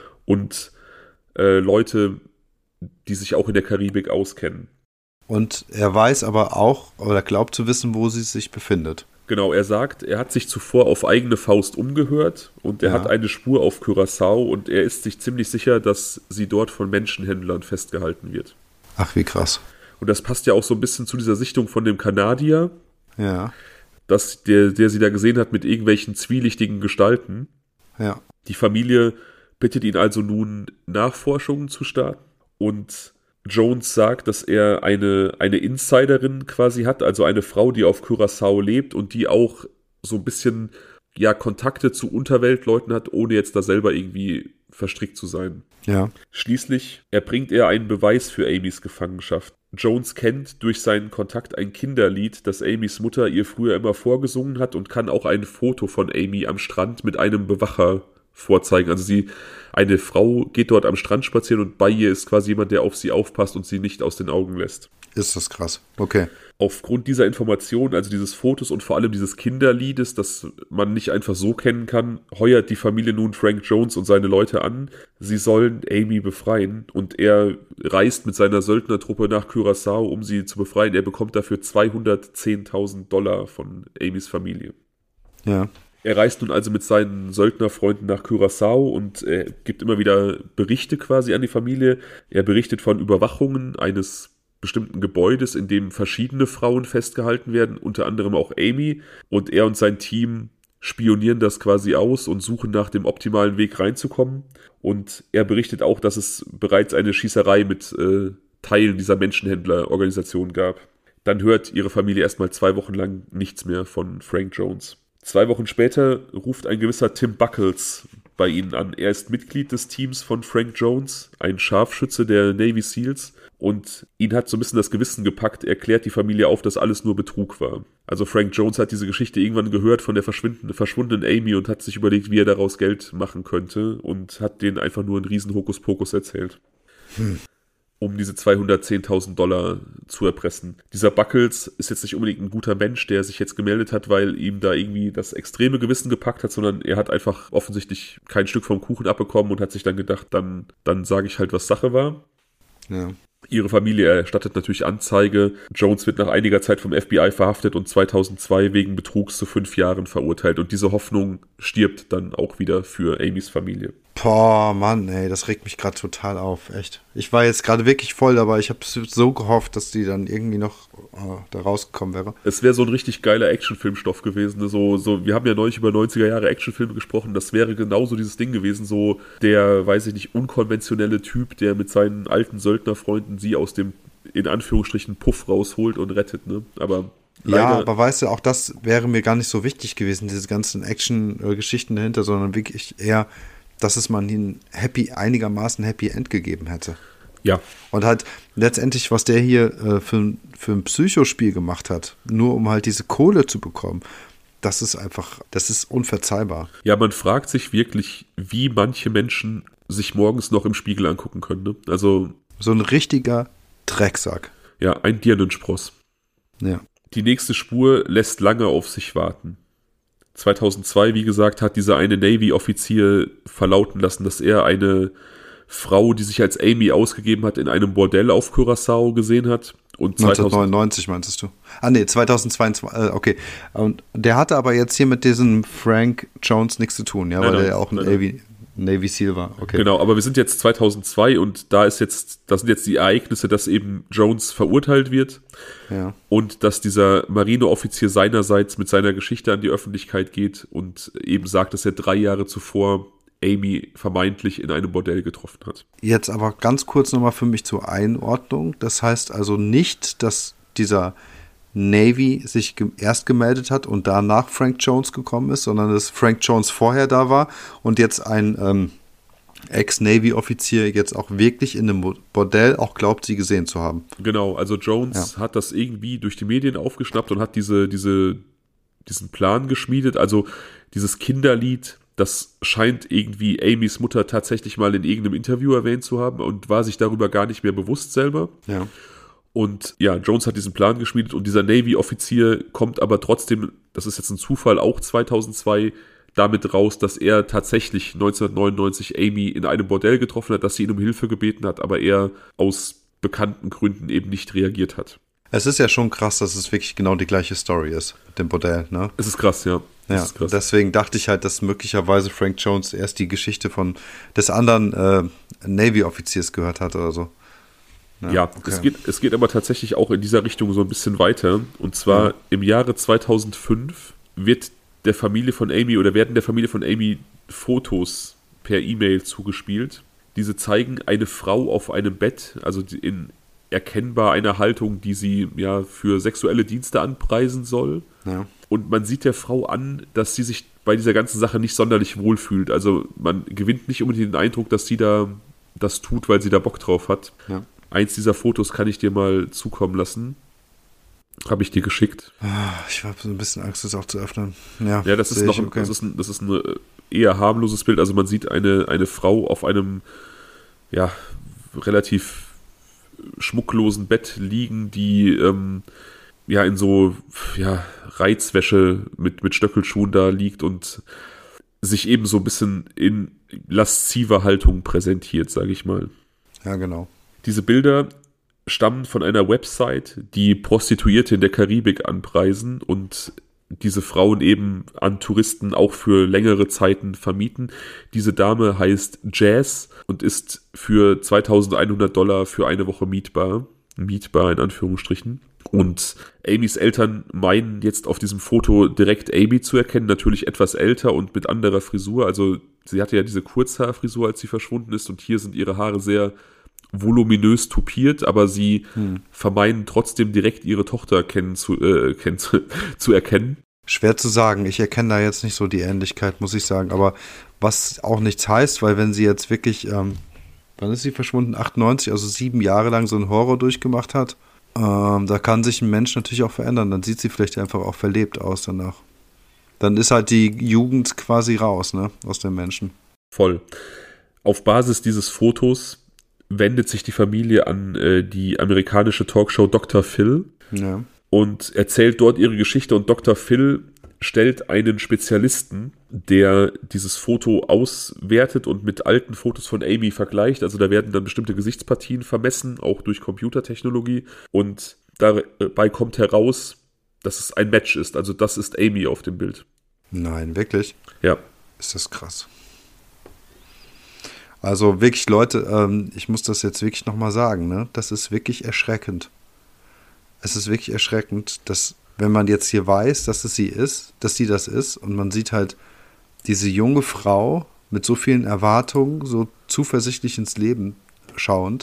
und äh, Leute, die sich auch in der Karibik auskennen. Und er weiß aber auch, oder glaubt zu wissen, wo sie sich befindet. Genau, er sagt, er hat sich zuvor auf eigene Faust umgehört und er Ja. hat eine Spur auf Curaçao und er ist sich ziemlich sicher, dass sie dort von Menschenhändlern festgehalten wird. Ach, wie krass. Und das passt ja auch so ein bisschen zu dieser Sichtung von dem Kanadier, Ja, dass der, der sie da gesehen hat mit irgendwelchen zwielichtigen Gestalten. ja. Die Familie bittet ihn also nun, Nachforschungen zu starten und Jones sagt, dass er eine, eine Insiderin quasi hat, also eine Frau, die auf Curaçao lebt und die auch so ein bisschen ja, Kontakte zu Unterweltleuten hat, ohne jetzt da selber irgendwie verstrickt zu sein. Ja. Schließlich erbringt er einen Beweis für Amys Gefangenschaft. Jones kennt durch seinen Kontakt ein Kinderlied, das Amys Mutter ihr früher immer vorgesungen hat und kann auch ein Foto von Amy am Strand mit einem Bewacher vorzeigen. Also sie, eine Frau geht dort am Strand spazieren und bei ihr ist quasi jemand, der auf sie aufpasst und sie nicht aus den Augen lässt. Ist das krass. Okay. Aufgrund dieser Information, also dieses Fotos und vor allem dieses Kinderliedes, das man nicht einfach so kennen kann, heuert die Familie nun Frank Jones und seine Leute an. Sie sollen Amy befreien und er reist mit seiner Söldnertruppe nach Curaçao, um sie zu befreien. Er bekommt dafür zweihundertzehntausend Dollar von Amys Familie. Ja. Er reist nun also mit seinen Söldnerfreunden nach Curaçao und er gibt immer wieder Berichte quasi an die Familie. Er berichtet von Überwachungen eines bestimmten Gebäudes, in dem verschiedene Frauen festgehalten werden, unter anderem auch Amy. Und er und sein Team spionieren das quasi aus und suchen nach dem optimalen Weg reinzukommen. Und er berichtet auch, dass es bereits eine Schießerei mit äh, Teilen dieser Menschenhändlerorganisation gab. Dann hört ihre Familie erstmal zwei Wochen lang nichts mehr von Frank Jones. Zwei Wochen später ruft ein gewisser Tim Buckles bei ihnen an. Er ist Mitglied des Teams von Frank Jones, ein Scharfschütze der Navy Seals. Und ihn hat so ein bisschen das Gewissen gepackt. Er klärt die Familie auf, dass alles nur Betrug war. Also Frank Jones hat diese Geschichte irgendwann gehört von der verschwundenen Amy und hat sich überlegt, wie er daraus Geld machen könnte und hat denen einfach nur einen riesen Hokuspokus erzählt. Hm. Um diese zweihundertzehntausend Dollar zu erpressen. Dieser Buckles ist jetzt nicht unbedingt ein guter Mensch, der sich jetzt gemeldet hat, weil ihm da irgendwie das extreme Gewissen gepackt hat, sondern er hat einfach offensichtlich kein Stück vom Kuchen abbekommen und hat sich dann gedacht, dann, dann sage ich halt, was Sache war. Ja. Ihre Familie erstattet natürlich Anzeige. Jones wird nach einiger Zeit vom F B I verhaftet und zweitausendzwei wegen Betrugs zu fünf Jahren verurteilt. Und diese Hoffnung stirbt dann auch wieder für Amys Familie. Boah, Mann, ey, das regt mich gerade total auf, echt. Ich war jetzt gerade wirklich voll dabei. Ich habe so gehofft, dass die dann irgendwie noch oh, da rausgekommen wäre. Es wäre so ein richtig geiler Actionfilmstoff gewesen. Ne? So, so, wir haben ja neulich über neunziger Jahre Actionfilme gesprochen. Das wäre genauso dieses Ding gewesen. So der, weiß ich nicht, unkonventionelle Typ, der mit seinen alten Söldnerfreunden sie aus dem, in Anführungsstrichen, Puff rausholt und rettet. Ne? Aber leider, ja, aber weißt du, auch das wäre mir gar nicht so wichtig gewesen, diese ganzen Action-Geschichten dahinter, sondern wirklich eher, dass es man ihnen happy, einigermaßen Happy End gegeben hätte. Ja. Und halt letztendlich, was der hier äh, für, für ein Psychospiel gemacht hat, nur um halt diese Kohle zu bekommen, das ist einfach, das ist unverzeihbar. Ja, man fragt sich wirklich, wie manche Menschen sich morgens noch im Spiegel angucken können. Ne? Also so ein richtiger Drecksack. Ja, ein Dirnenspross. Ja. Die nächste Spur lässt lange auf sich warten. zweitausendzwei, wie gesagt, hat dieser eine Navy-Offizier verlauten lassen, dass er eine Frau, die sich als Amy ausgegeben hat, in einem Bordell auf Curaçao gesehen hat. Und neunzehnhundertneunundneunzig meintest du? Ah nee, zweitausendzweiundzwanzig, äh, okay. Und der hatte aber jetzt hier mit diesem Frank Jones nichts zu tun, ja, nein, weil nein, der ja auch ein nein, Navy, Navy Seal war. Okay. Genau, aber wir sind jetzt zweitausendzwei und da ist jetzt, das sind jetzt die Ereignisse, dass eben Jones verurteilt wird. Ja. Und dass dieser Marineoffizier seinerseits mit seiner Geschichte an die Öffentlichkeit geht und eben sagt, dass er drei Jahre zuvor Amy vermeintlich in einem Bordell getroffen hat. Jetzt aber ganz kurz nochmal für mich zur Einordnung. Das heißt also nicht, dass dieser Navy sich ge- erst gemeldet hat und danach Frank Jones gekommen ist, sondern dass Frank Jones vorher da war und jetzt ein ähm, Ex-Navy-Offizier jetzt auch wirklich in einem Bordell auch glaubt, sie gesehen zu haben. Genau, also Jones Ja. hat das irgendwie durch die Medien aufgeschnappt und hat diese, diese, diesen Plan geschmiedet. Also dieses Kinderlied, das scheint irgendwie Amys Mutter tatsächlich mal in irgendeinem Interview erwähnt zu haben und war sich darüber gar nicht mehr bewusst selber. Ja. Und ja, Jones hat diesen Plan geschmiedet und dieser Navy-Offizier kommt aber trotzdem, das ist jetzt ein Zufall, auch zweitausendzwei damit raus, dass er tatsächlich neunzehnhundertneunundneunzig Amy in einem Bordell getroffen hat, dass sie ihn um Hilfe gebeten hat, aber er aus bekannten Gründen eben nicht reagiert hat. Es ist ja schon krass, dass es wirklich genau die gleiche Story ist mit dem Bordell, ne? Es ist krass, ja. Ja, ist krass. Deswegen dachte ich halt, dass möglicherweise Frank Jones erst die Geschichte von des anderen äh, Navy-Offiziers gehört hat oder so. Ja, ja okay. es, geht, es geht aber tatsächlich auch in dieser Richtung so ein bisschen weiter. Und zwar ja. im Jahre zweitausendfünf wird der Familie von Amy oder werden der Familie von Amy Fotos per E-Mail zugespielt. Diese zeigen eine Frau auf einem Bett, also in erkennbar einer Haltung, die sie ja für sexuelle Dienste anpreisen soll. Ja. Und man sieht der Frau an, dass sie sich bei dieser ganzen Sache nicht sonderlich wohlfühlt. Also man gewinnt nicht unbedingt den Eindruck, dass sie da das tut, weil sie da Bock drauf hat. Ja. Eins dieser Fotos kann ich dir mal zukommen lassen. Habe ich dir geschickt. Ich habe so ein bisschen Angst, das auch zu öffnen. Ja, ja das, ist noch, okay. das, ist ein, das ist ein eher harmloses Bild. Also man sieht eine, eine Frau auf einem ja, relativ schmucklosen Bett liegen, die ähm, ja in so ja, Reizwäsche mit, mit Stöckelschuhen da liegt und sich eben so ein bisschen in lasziver Haltung präsentiert, sage ich mal. Ja, genau. Diese Bilder stammen von einer Website, die Prostituierte in der Karibik anpreisen und diese Frauen eben an Touristen auch für längere Zeiten vermieten. Diese Dame heißt Jazz und ist für zweitausendeinhundert Dollar für eine Woche mietbar. Mietbar in Anführungsstrichen. Und Amys Eltern meinen jetzt auf diesem Foto direkt Amy zu erkennen, natürlich etwas älter und mit anderer Frisur. Also sie hatte ja diese Kurzhaarfrisur, als sie verschwunden ist, und hier sind ihre Haare sehr voluminös tupiert, aber sie hm. vermeiden trotzdem direkt ihre Tochter kennen zu, äh, kennen zu, zu erkennen. Schwer zu sagen, ich erkenne da jetzt nicht so die Ähnlichkeit, muss ich sagen, aber was auch nichts heißt, weil wenn sie jetzt wirklich, ähm, wann ist sie verschwunden? achtundneunzig, also sieben Jahre lang so einen Horror durchgemacht hat, ähm, da kann sich ein Mensch natürlich auch verändern, dann sieht sie vielleicht einfach auch verlebt aus danach. Dann ist halt die Jugend quasi raus, ne, aus dem Menschen. Voll. Auf Basis dieses Fotos wendet sich die Familie an äh, die amerikanische Talkshow Doktor Phil ja. und erzählt dort ihre Geschichte. Und Doktor Phil stellt einen Spezialisten, der dieses Foto auswertet und mit alten Fotos von Amy vergleicht. Also da werden dann bestimmte Gesichtspartien vermessen, auch durch Computertechnologie. Und dabei kommt heraus, dass es ein Match ist. Also das ist Amy auf dem Bild. Nein, wirklich? Ja. Ist das krass. Also wirklich, Leute, ähm, ich muss das jetzt wirklich nochmal sagen, ne? Das ist wirklich erschreckend. Es ist wirklich erschreckend, dass, wenn man jetzt hier weiß, dass es sie ist, dass sie das ist, und man sieht halt diese junge Frau mit so vielen Erwartungen, so zuversichtlich ins Leben schauend,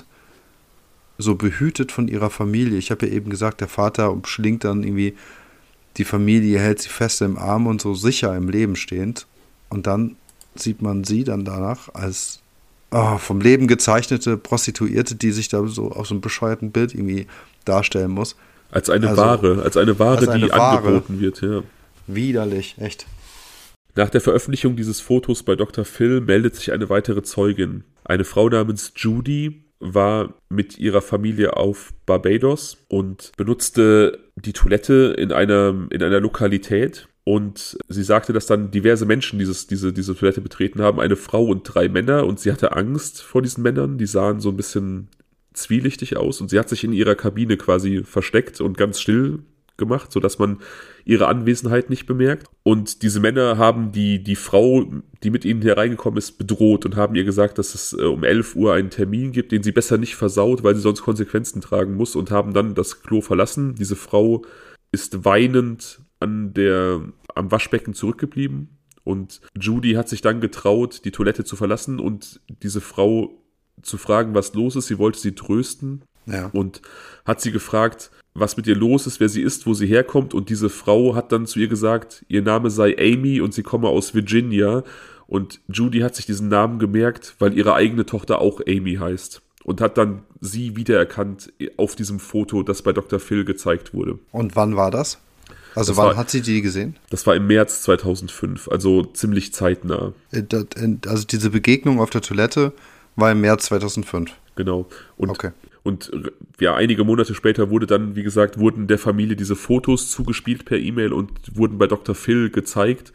so behütet von ihrer Familie. Ich habe ja eben gesagt, der Vater umschlingt dann irgendwie die Familie, hält sie fest im Arm und so sicher im Leben stehend. Und dann sieht man sie dann danach als Oh, vom Leben gezeichnete Prostituierte, die sich da so auf so einem bescheuerten Bild irgendwie darstellen muss. Als eine also, Ware, als eine Ware, als eine die Ware. angeboten wird, ja. Widerlich, echt. Nach der Veröffentlichung dieses Fotos bei Doktor Phil meldet sich eine weitere Zeugin. Eine Frau namens Judy war mit ihrer Familie auf Barbados und benutzte die Toilette in einer, in einer Lokalität. Und sie sagte, dass dann diverse Menschen dieses, diese, diese Toilette betreten haben, eine Frau und drei Männer, und sie hatte Angst vor diesen Männern, die sahen so ein bisschen zwielichtig aus, und sie hat sich in ihrer Kabine quasi versteckt und ganz still gemacht, sodass man ihre Anwesenheit nicht bemerkt. Und diese Männer haben die, die Frau, die mit ihnen hereingekommen ist, bedroht und haben ihr gesagt, dass es äh, um elf Uhr einen Termin gibt, den sie besser nicht versaut, weil sie sonst Konsequenzen tragen muss, und haben dann das Klo verlassen. Diese Frau ist weinend an der, am Waschbecken zurückgeblieben, und Judy hat sich dann getraut, die Toilette zu verlassen und diese Frau zu fragen, was los ist. Sie wollte sie trösten ja. und hat sie gefragt, was mit ihr los ist, wer sie ist, wo sie herkommt, und diese Frau hat dann zu ihr gesagt, ihr Name sei Amy und sie komme aus Virginia, und Judy hat sich diesen Namen gemerkt, weil ihre eigene Tochter auch Amy heißt. Und hat dann sie wiedererkannt auf diesem Foto, das bei Doktor Phil gezeigt wurde. Und wann war das? Also das wann war, hat sie die gesehen? Das war im März zweitausendfünf, also ziemlich zeitnah. Also diese Begegnung auf der Toilette war im März zweitausendfünf? Genau. Und, okay. und ja, einige Monate später wurde dann, wie gesagt, wurden der Familie diese Fotos zugespielt per E-Mail und wurden bei Doktor Phil gezeigt.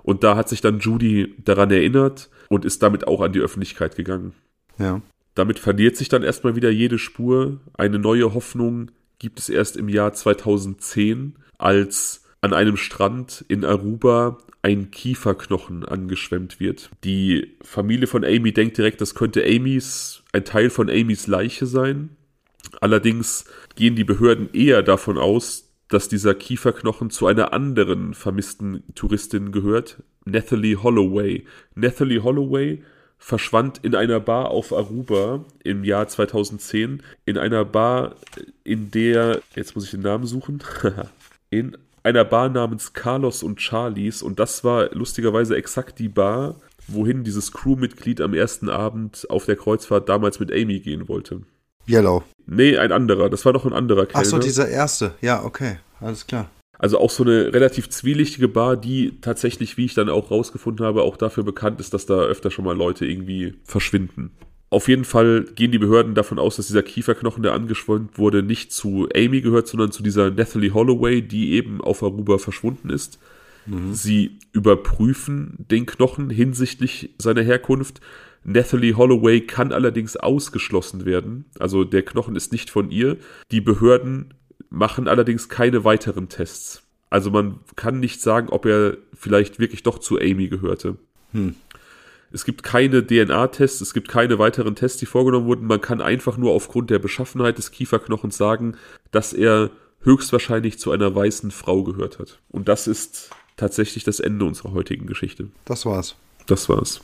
Und da hat sich dann Judy daran erinnert und ist damit auch an die Öffentlichkeit gegangen. Ja. Damit verliert sich dann erstmal wieder jede Spur. Eine neue Hoffnung gibt es erst im Jahr zweitausendzehn, als an einem Strand in Aruba ein Kieferknochen angeschwemmt wird. Die Familie von Amy denkt direkt, das könnte Amys, ein Teil von Amys Leiche sein. Allerdings gehen die Behörden eher davon aus, dass dieser Kieferknochen zu einer anderen vermissten Touristin gehört, Nathalie Holloway. Nathalie Holloway verschwand in einer Bar auf Aruba im Jahr zweitausendzehn. In einer Bar, in der, jetzt muss ich den Namen suchen, in einer Bar namens Carlos und Charlies. Und das war lustigerweise exakt die Bar, wohin dieses Crewmitglied am ersten Abend auf der Kreuzfahrt damals mit Amy gehen wollte. Yellow. Nee, ein anderer. Das war doch ein anderer Kellner. Ach so, dieser erste. Ja, okay. Alles klar. Also auch so eine relativ zwielichtige Bar, die tatsächlich, wie ich dann auch rausgefunden habe, auch dafür bekannt ist, dass da öfter schon mal Leute irgendwie verschwinden. Auf jeden Fall gehen die Behörden davon aus, dass dieser Kieferknochen, der angeschwemmt wurde, nicht zu Amy gehört, sondern zu dieser Nathalie Holloway, die eben auf Aruba verschwunden ist. Mhm. Sie überprüfen den Knochen hinsichtlich seiner Herkunft. Nathalie Holloway kann allerdings ausgeschlossen werden. Also der Knochen ist nicht von ihr. Die Behörden machen allerdings keine weiteren Tests. Also man kann nicht sagen, ob er vielleicht wirklich doch zu Amy gehörte. Hm. Es gibt keine D N A-Tests, es gibt keine weiteren Tests, die vorgenommen wurden. Man kann einfach nur aufgrund der Beschaffenheit des Kieferknochens sagen, dass er höchstwahrscheinlich zu einer weißen Frau gehört hat. Und das ist tatsächlich das Ende unserer heutigen Geschichte. Das war's. Das war's.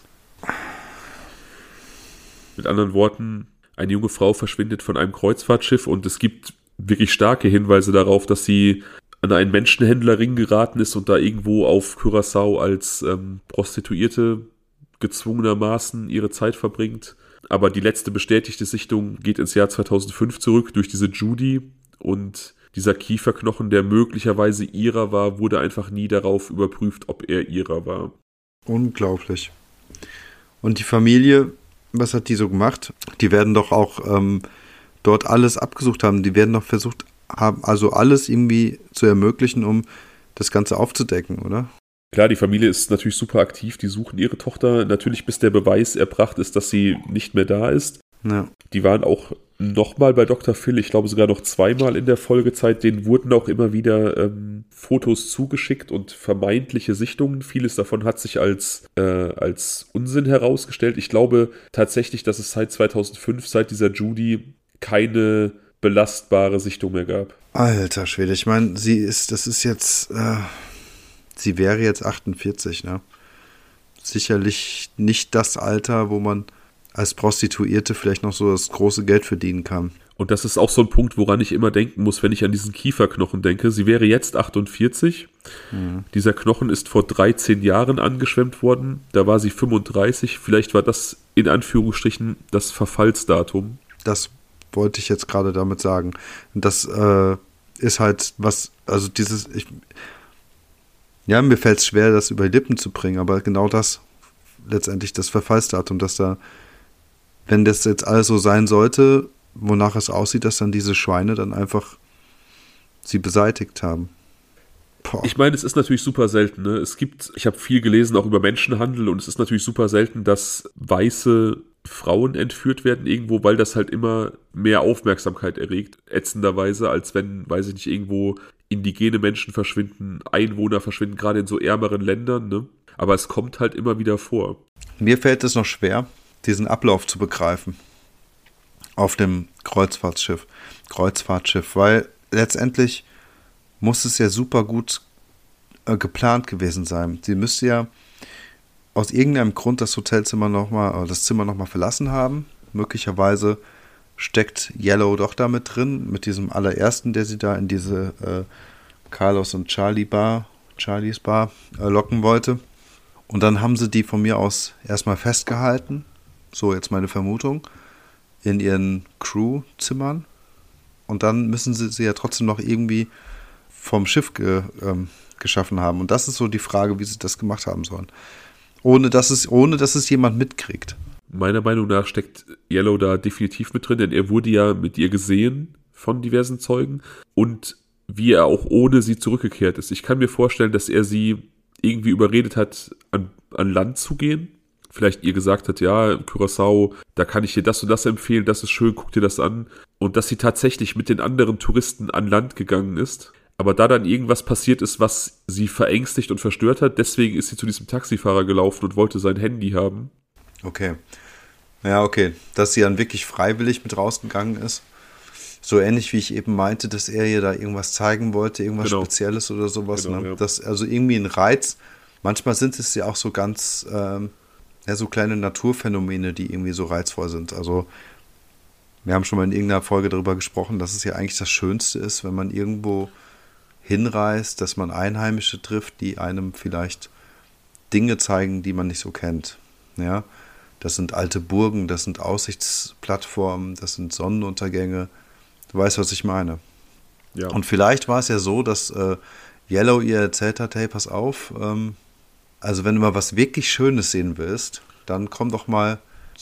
Mit anderen Worten, eine junge Frau verschwindet von einem Kreuzfahrtschiff und es gibt wirklich starke Hinweise darauf, dass sie an einen Menschenhändlerring geraten ist und da irgendwo auf Curaçao als ähm, Prostituierte gezwungenermaßen ihre Zeit verbringt. Aber die letzte bestätigte Sichtung geht ins Jahr zweitausendfünf zurück durch diese Judy und dieser Kieferknochen, der möglicherweise ihrer war, wurde einfach nie darauf überprüft, ob er ihrer war. Unglaublich. Und die Familie, was hat die so gemacht? Die werden doch auch ähm, dort alles abgesucht haben. Die werden doch versucht haben, also alles irgendwie zu ermöglichen, um das Ganze aufzudecken, oder? Klar, die Familie ist natürlich super aktiv. Die suchen ihre Tochter natürlich, bis der Beweis erbracht ist, dass sie nicht mehr da ist. Ja. Die waren auch nochmal bei Doktor Phil, ich glaube sogar noch zweimal in der Folgezeit. Denen wurden auch immer wieder ähm, Fotos zugeschickt und vermeintliche Sichtungen. Vieles davon hat sich als, äh, als Unsinn herausgestellt. Ich glaube tatsächlich, dass es seit zweitausendfünf, seit dieser Judy, keine belastbare Sichtung mehr gab. Alter Schwede, ich meine, sie ist, das ist jetzt, äh, sie wäre jetzt achtundvierzig, ne? Sicherlich nicht das Alter, wo man als Prostituierte vielleicht noch so das große Geld verdienen kann. Und das ist auch so ein Punkt, woran ich immer denken muss, wenn ich an diesen Kieferknochen denke. Sie wäre jetzt achtundvierzig. Mhm. Dieser Knochen ist vor dreizehn Jahren angeschwemmt worden. Da war sie fünfunddreißig. Vielleicht war das in Anführungsstrichen das Verfallsdatum. Das wollte ich jetzt gerade damit sagen. Das äh, ist halt was, also dieses, ich, ja, mir fällt es schwer, das über die Lippen zu bringen, aber genau das, letztendlich das Verfallsdatum, dass da, wenn das jetzt alles so sein sollte, wonach es aussieht, dass dann diese Schweine dann einfach sie beseitigt haben. Boah. Ich meine, es ist natürlich super selten. Ne? Es gibt, ich habe viel gelesen auch über Menschenhandel und es ist natürlich super selten, dass weiße Frauen entführt werden irgendwo, weil das halt immer mehr Aufmerksamkeit erregt, ätzenderweise, als wenn, weiß ich nicht, irgendwo indigene Menschen verschwinden, Einwohner verschwinden, gerade in so ärmeren Ländern, ne? Aber es kommt halt immer wieder vor. Mir fällt es noch schwer, diesen Ablauf zu begreifen auf dem Kreuzfahrtschiff, Kreuzfahrtschiff, weil letztendlich muss es ja super gut äh, geplant gewesen sein. Sie müsste ja aus irgendeinem Grund das Hotelzimmer nochmal, das Zimmer nochmal verlassen haben. Möglicherweise steckt Yellow doch da mit drin, mit diesem allerersten, der sie da in diese äh, Carlos und Charlie Bar, Charlies Bar äh, locken wollte. Und dann haben sie die von mir aus erstmal festgehalten, so jetzt meine Vermutung, in ihren Crewzimmern. Und dann müssen sie sie ja trotzdem noch irgendwie vom Schiff ge, ähm, geschaffen haben. Und das ist so die Frage, wie sie das gemacht haben sollen. Ohne dass es, ohne dass es jemand mitkriegt. Meiner Meinung nach steckt Yellow da definitiv mit drin, denn er wurde ja mit ihr gesehen von diversen Zeugen und wie er auch ohne sie zurückgekehrt ist. Ich kann mir vorstellen, dass er sie irgendwie überredet hat, an, an Land zu gehen. Vielleicht ihr gesagt hat, ja, Curaçao, da kann ich dir das und das empfehlen, das ist schön, guck dir das an. Und dass sie tatsächlich mit den anderen Touristen an Land gegangen ist. Aber da dann irgendwas passiert ist, was sie verängstigt und verstört hat, deswegen ist sie zu diesem Taxifahrer gelaufen und wollte sein Handy haben. Okay. Ja, okay. Dass sie dann wirklich freiwillig mit rausgegangen ist. So ähnlich wie ich eben meinte, dass er ihr da irgendwas zeigen wollte, irgendwas genau. Spezielles oder sowas. Genau, ne? Ja. Das, also irgendwie ein Reiz. Manchmal sind es ja auch so ganz, ähm, ja, so kleine Naturphänomene, die irgendwie so reizvoll sind. Also wir haben schon mal in irgendeiner Folge darüber gesprochen, dass es ja eigentlich das Schönste ist, wenn man irgendwo hinreist, dass man Einheimische trifft, die einem vielleicht Dinge zeigen, die man nicht so kennt. Ja, das sind alte Burgen, das sind Aussichtsplattformen, das sind Sonnenuntergänge. Du weißt, was ich meine. Ja. Und vielleicht war es ja so, dass äh, Yellow ihr erzählt hat, hey, pass auf, ähm, also wenn du mal was wirklich Schönes sehen willst, dann komm doch mal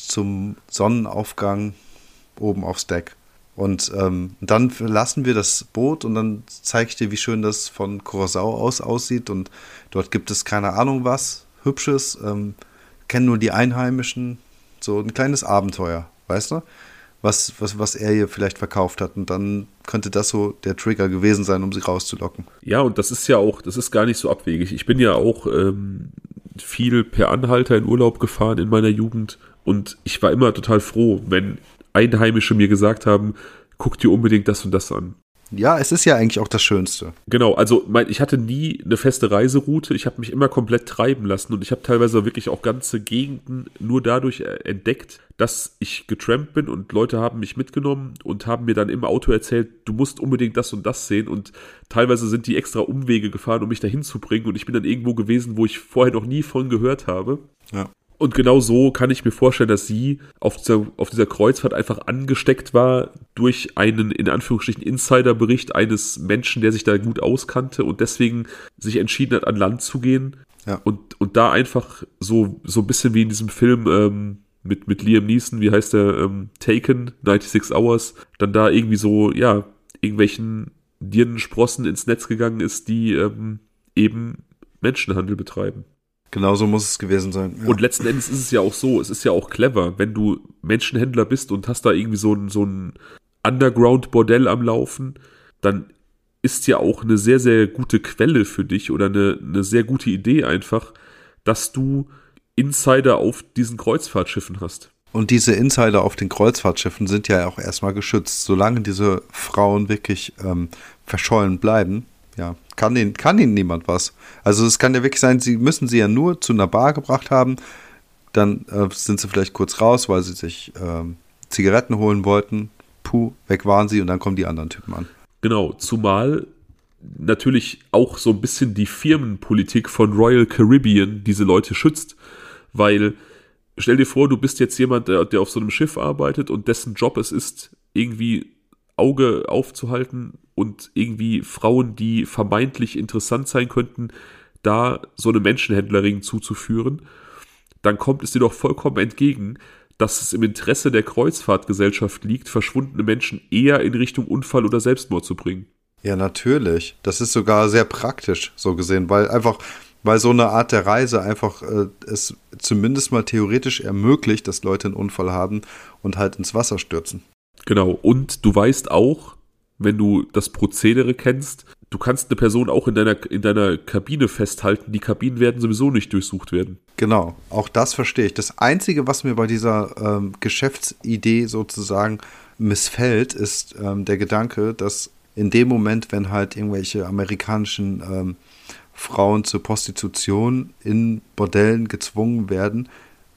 zum Sonnenaufgang oben aufs Deck. Und ähm, dann verlassen wir das Boot und dann zeige ich dir, wie schön das von Curaçao aus aussieht. Und dort gibt es keine Ahnung was Hübsches, ähm, kennen nur die Einheimischen. So ein kleines Abenteuer, weißt du? Was, was, was er ihr vielleicht verkauft hat. Und dann könnte das so der Trigger gewesen sein, um sie rauszulocken. Ja, und das ist ja auch, das ist gar nicht so abwegig. Ich bin ja auch ähm, viel per Anhalter in Urlaub gefahren in meiner Jugend. Und ich war immer total froh, wenn Einheimische mir gesagt haben, guck dir unbedingt das und das an. Ja, es ist ja eigentlich auch das Schönste. Genau, also mein, ich hatte nie eine feste Reiseroute, ich habe mich immer komplett treiben lassen und ich habe teilweise wirklich auch ganze Gegenden nur dadurch entdeckt, dass ich getrampt bin und Leute haben mich mitgenommen und haben mir dann im Auto erzählt, du musst unbedingt das und das sehen und teilweise sind die extra Umwege gefahren, um mich dahin zu bringen und ich bin dann irgendwo gewesen, wo ich vorher noch nie von gehört habe. Ja. Und genau so kann ich mir vorstellen, dass sie auf dieser, auf dieser Kreuzfahrt einfach angesteckt war durch einen, in Anführungsstrichen, Insiderbericht eines Menschen, der sich da gut auskannte und deswegen sich entschieden hat, an Land zu gehen. Ja. Und, und da einfach so, so ein bisschen wie in diesem Film ähm, mit, mit Liam Neeson, wie heißt der, ähm, Taken, ninety-six Hours, dann da irgendwie so, ja, irgendwelchen Dirnensprossen ins Netz gegangen ist, die ähm, eben Menschenhandel betreiben. Genau so muss es gewesen sein. Ja. Und letzten Endes ist es ja auch so, es ist ja auch clever, wenn du Menschenhändler bist und hast da irgendwie so ein, so ein Underground-Bordell am Laufen, dann ist ja auch eine sehr, sehr gute Quelle für dich oder eine, eine sehr gute Idee einfach, dass du Insider auf diesen Kreuzfahrtschiffen hast. Und diese Insider auf den Kreuzfahrtschiffen sind ja auch erstmal geschützt. Solange diese Frauen wirklich ähm, verschollen bleiben, ja, kann ihnen, kann ihnen niemand was. Also es kann ja wirklich sein, sie müssen sie ja nur zu einer Bar gebracht haben, dann äh, sind sie vielleicht kurz raus, weil sie sich ähm, Zigaretten holen wollten, puh, weg waren sie und dann kommen die anderen Typen an. Genau, zumal natürlich auch so ein bisschen die Firmenpolitik von Royal Caribbean diese Leute schützt, weil stell dir vor, du bist jetzt jemand, der, der auf so einem Schiff arbeitet und dessen Job es ist, irgendwie Auge aufzuhalten und irgendwie Frauen, die vermeintlich interessant sein könnten, da so eine Menschenhändlerin zuzuführen, dann kommt es dir doch vollkommen entgegen, dass es im Interesse der Kreuzfahrtgesellschaft liegt, verschwundene Menschen eher in Richtung Unfall oder Selbstmord zu bringen. Ja, natürlich. Das ist sogar sehr praktisch, so gesehen, weil einfach, weil so eine Art der Reise einfach äh, es zumindest mal theoretisch ermöglicht, dass Leute einen Unfall haben und halt ins Wasser stürzen. Genau, und du weißt auch, wenn du das Prozedere kennst, du kannst eine Person auch in deiner, in deiner Kabine festhalten. Die Kabinen werden sowieso nicht durchsucht werden. Genau, auch das verstehe ich. Das Einzige, was mir bei dieser ähm, Geschäftsidee sozusagen missfällt, ist ähm, der Gedanke, dass in dem Moment, wenn halt irgendwelche amerikanischen ähm, Frauen zur Prostitution in Bordellen gezwungen werden,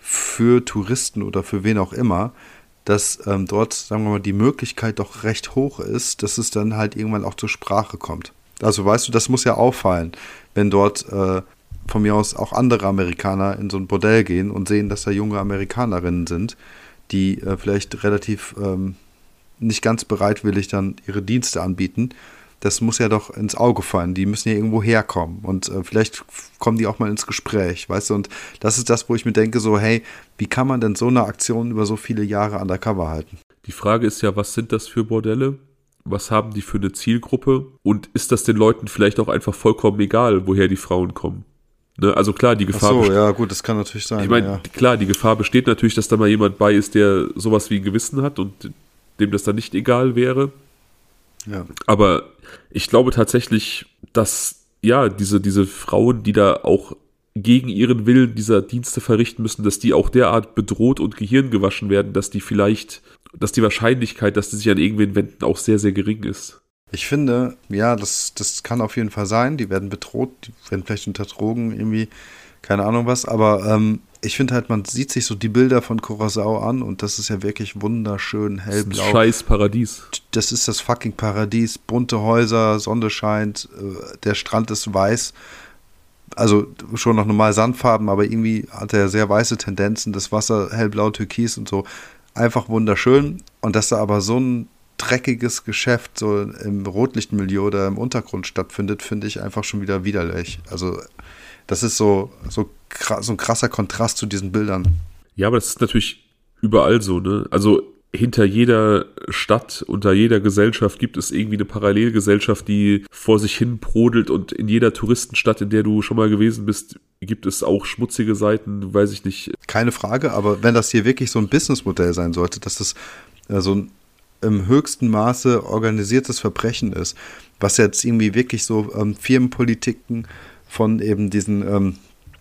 für Touristen oder für wen auch immer, dass ähm, dort, sagen wir mal, die Möglichkeit doch recht hoch ist, dass es dann halt irgendwann auch zur Sprache kommt. Also weißt du, das muss ja auffallen, wenn dort äh, von mir aus auch andere Amerikaner in so ein Bordell gehen und sehen, dass da junge Amerikanerinnen sind, die äh, vielleicht relativ ähm, nicht ganz bereitwillig dann ihre Dienste anbieten. Das muss ja doch ins Auge fallen. Die müssen ja irgendwo herkommen und äh, vielleicht kommen die auch mal ins Gespräch, weißt du? Und das ist das, wo ich mir denke, so, hey, wie kann man denn so eine Aktion über so viele Jahre undercover halten? Die Frage ist ja, was sind das für Bordelle? Was haben die für eine Zielgruppe? Und ist das den Leuten vielleicht auch einfach vollkommen egal, woher die Frauen kommen? Ne? Also klar, die Gefahr. Ach so, ja, gut, das kann natürlich sein. Ich meine, ja. klar, die Gefahr besteht natürlich, dass da mal jemand bei ist, der sowas wie ein Gewissen hat und dem das dann nicht egal wäre. Ja. Aber ich glaube tatsächlich, dass ja, diese, diese Frauen, die da auch gegen ihren Willen dieser Dienste verrichten müssen, dass die auch derart bedroht und Gehirn gewaschen werden, dass die vielleicht, dass die Wahrscheinlichkeit, dass die sich an irgendwen wenden, auch sehr, sehr gering ist. Ich finde, ja, das, das kann auf jeden Fall sein. Die werden bedroht, die werden vielleicht unter Drogen irgendwie, keine Ahnung was. Aber ähm, ich finde halt, man sieht sich so die Bilder von Curaçao an und das ist ja wirklich wunderschön hellblau. Das ist ein scheiß Paradies. Das ist das fucking Paradies. Bunte Häuser, Sonne scheint, äh, der Strand ist weiß. Also schon noch normal Sandfarben, aber irgendwie hat er sehr weiße Tendenzen. Das Wasser hellblau, türkis und so. Einfach wunderschön. Und dass da aber so ein dreckiges Geschäft so im Rotlichtmilieu oder im Untergrund stattfindet, finde ich einfach schon wieder widerlich. Also das ist so, so, so ein krasser Kontrast zu diesen Bildern. Ja, aber das ist natürlich überall so, ne? Also hinter jeder Stadt, unter jeder Gesellschaft gibt es irgendwie eine Parallelgesellschaft, die vor sich hin brodelt und in jeder Touristenstadt, in der du schon mal gewesen bist, gibt es auch schmutzige Seiten, weiß ich nicht. Keine Frage, aber wenn das hier wirklich so ein Businessmodell sein sollte, dass das äh, so ein im höchsten Maße organisiertes Verbrechen ist, was jetzt irgendwie wirklich so ähm, Firmenpolitiken von eben diesen ähm,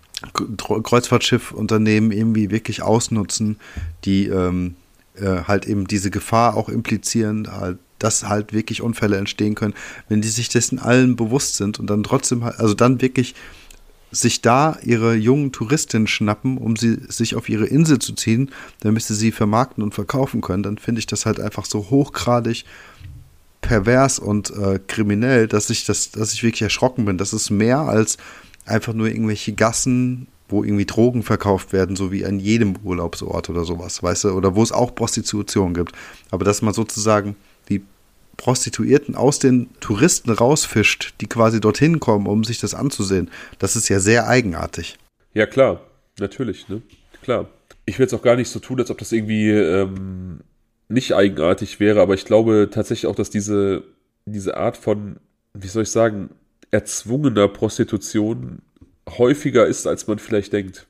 Kreuzfahrtschiffunternehmen irgendwie wirklich ausnutzen, die ähm, äh, halt eben diese Gefahr auch implizieren, halt, dass halt wirklich Unfälle entstehen können, wenn die sich dessen allen bewusst sind und dann trotzdem halt, also dann wirklich sich da ihre jungen Touristinnen schnappen, um sie sich auf ihre Insel zu ziehen, damit sie sie vermarkten und verkaufen können, dann finde ich das halt einfach so hochgradig pervers und äh, kriminell, dass ich das, dass ich wirklich erschrocken bin. Das ist mehr als einfach nur irgendwelche Gassen, wo irgendwie Drogen verkauft werden, so wie an jedem Urlaubsort oder sowas, weißt du, oder wo es auch Prostitution gibt. Aber dass man sozusagen die Prostituierten aus den Touristen rausfischt, die quasi dorthin kommen, um sich das anzusehen, das ist ja sehr eigenartig. Ja, klar, natürlich, ne? Klar. Ich will jetzt auch gar nicht so tun, als ob das irgendwie ähm, nicht eigenartig wäre, aber ich glaube tatsächlich auch, dass diese, diese Art von, wie soll ich sagen, erzwungener Prostitution häufiger ist, als man vielleicht denkt.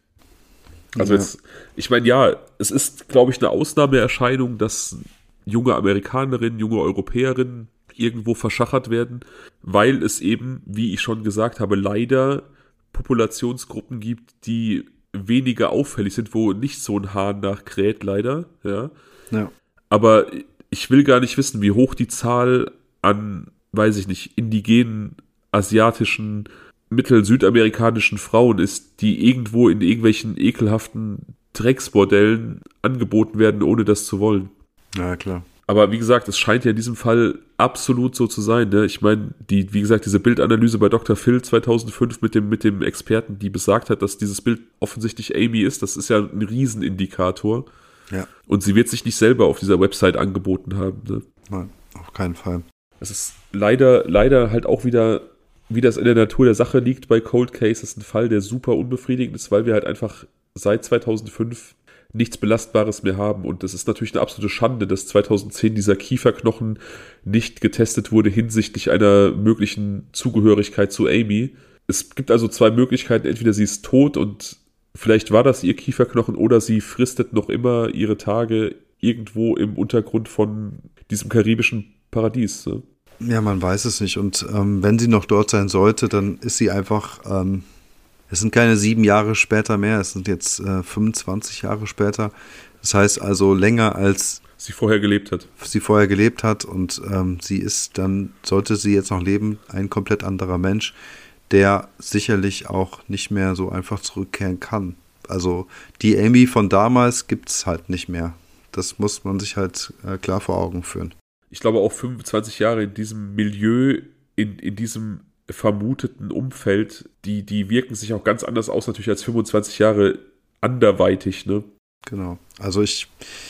Also Ja. jetzt, ich meine, ja, es ist, glaube ich, eine Ausnahmeerscheinung, dass junge Amerikanerinnen, junge Europäerinnen irgendwo verschachert werden, weil es eben, wie ich schon gesagt habe, leider Populationsgruppen gibt, die weniger auffällig sind, wo nicht so ein Hahn nachkräht, leider, ja. Ja. Aber ich will gar nicht wissen, wie hoch die Zahl an, weiß ich nicht, indigenen, asiatischen, mittel-südamerikanischen Frauen ist, die irgendwo in irgendwelchen ekelhaften Drecksbordellen angeboten werden, ohne das zu wollen. Ja, klar. Aber wie gesagt, es scheint ja in diesem Fall absolut so zu sein. Ne? Ich meine, die, wie gesagt, diese Bildanalyse bei Doktor Phil zweitausendfünf mit dem, mit dem Experten, die besagt hat, dass dieses Bild offensichtlich Amy ist, das ist ja ein Riesenindikator. Ja. Und sie wird sich nicht selber auf dieser Website angeboten haben. Ne? Nein, auf keinen Fall. Das ist leider, leider halt auch wieder, wie das in der Natur der Sache liegt bei Cold Cases, ein Fall, der super unbefriedigend ist, weil wir halt einfach seit zweitausendfünf nichts Belastbares mehr haben. Und das ist natürlich eine absolute Schande, dass zweitausendzehn dieser Kieferknochen nicht getestet wurde hinsichtlich einer möglichen Zugehörigkeit zu Amy. Es gibt also zwei Möglichkeiten. Entweder sie ist tot und vielleicht war das ihr Kieferknochen oder sie fristet noch immer ihre Tage irgendwo im Untergrund von diesem karibischen Paradies. Ne? Ja, man weiß es nicht. Und ähm, wenn sie noch dort sein sollte, dann ist sie einfach... Ähm Es sind keine sieben Jahre später mehr, es sind jetzt äh, fünfundzwanzig Jahre später. Das heißt also länger, als sie vorher gelebt hat. Sie vorher gelebt hat und ähm, sie ist dann, sollte sie jetzt noch leben, ein komplett anderer Mensch, der sicherlich auch nicht mehr so einfach zurückkehren kann. Also die Amy von damals gibt es halt nicht mehr. Das muss man sich halt äh, klar vor Augen führen. Ich glaube auch fünfundzwanzig Jahre in diesem Milieu, in, in diesem vermuteten Umfeld, die, die wirken sich auch ganz anders aus, natürlich als fünfundzwanzig Jahre anderweitig, ne? Genau. Also ich,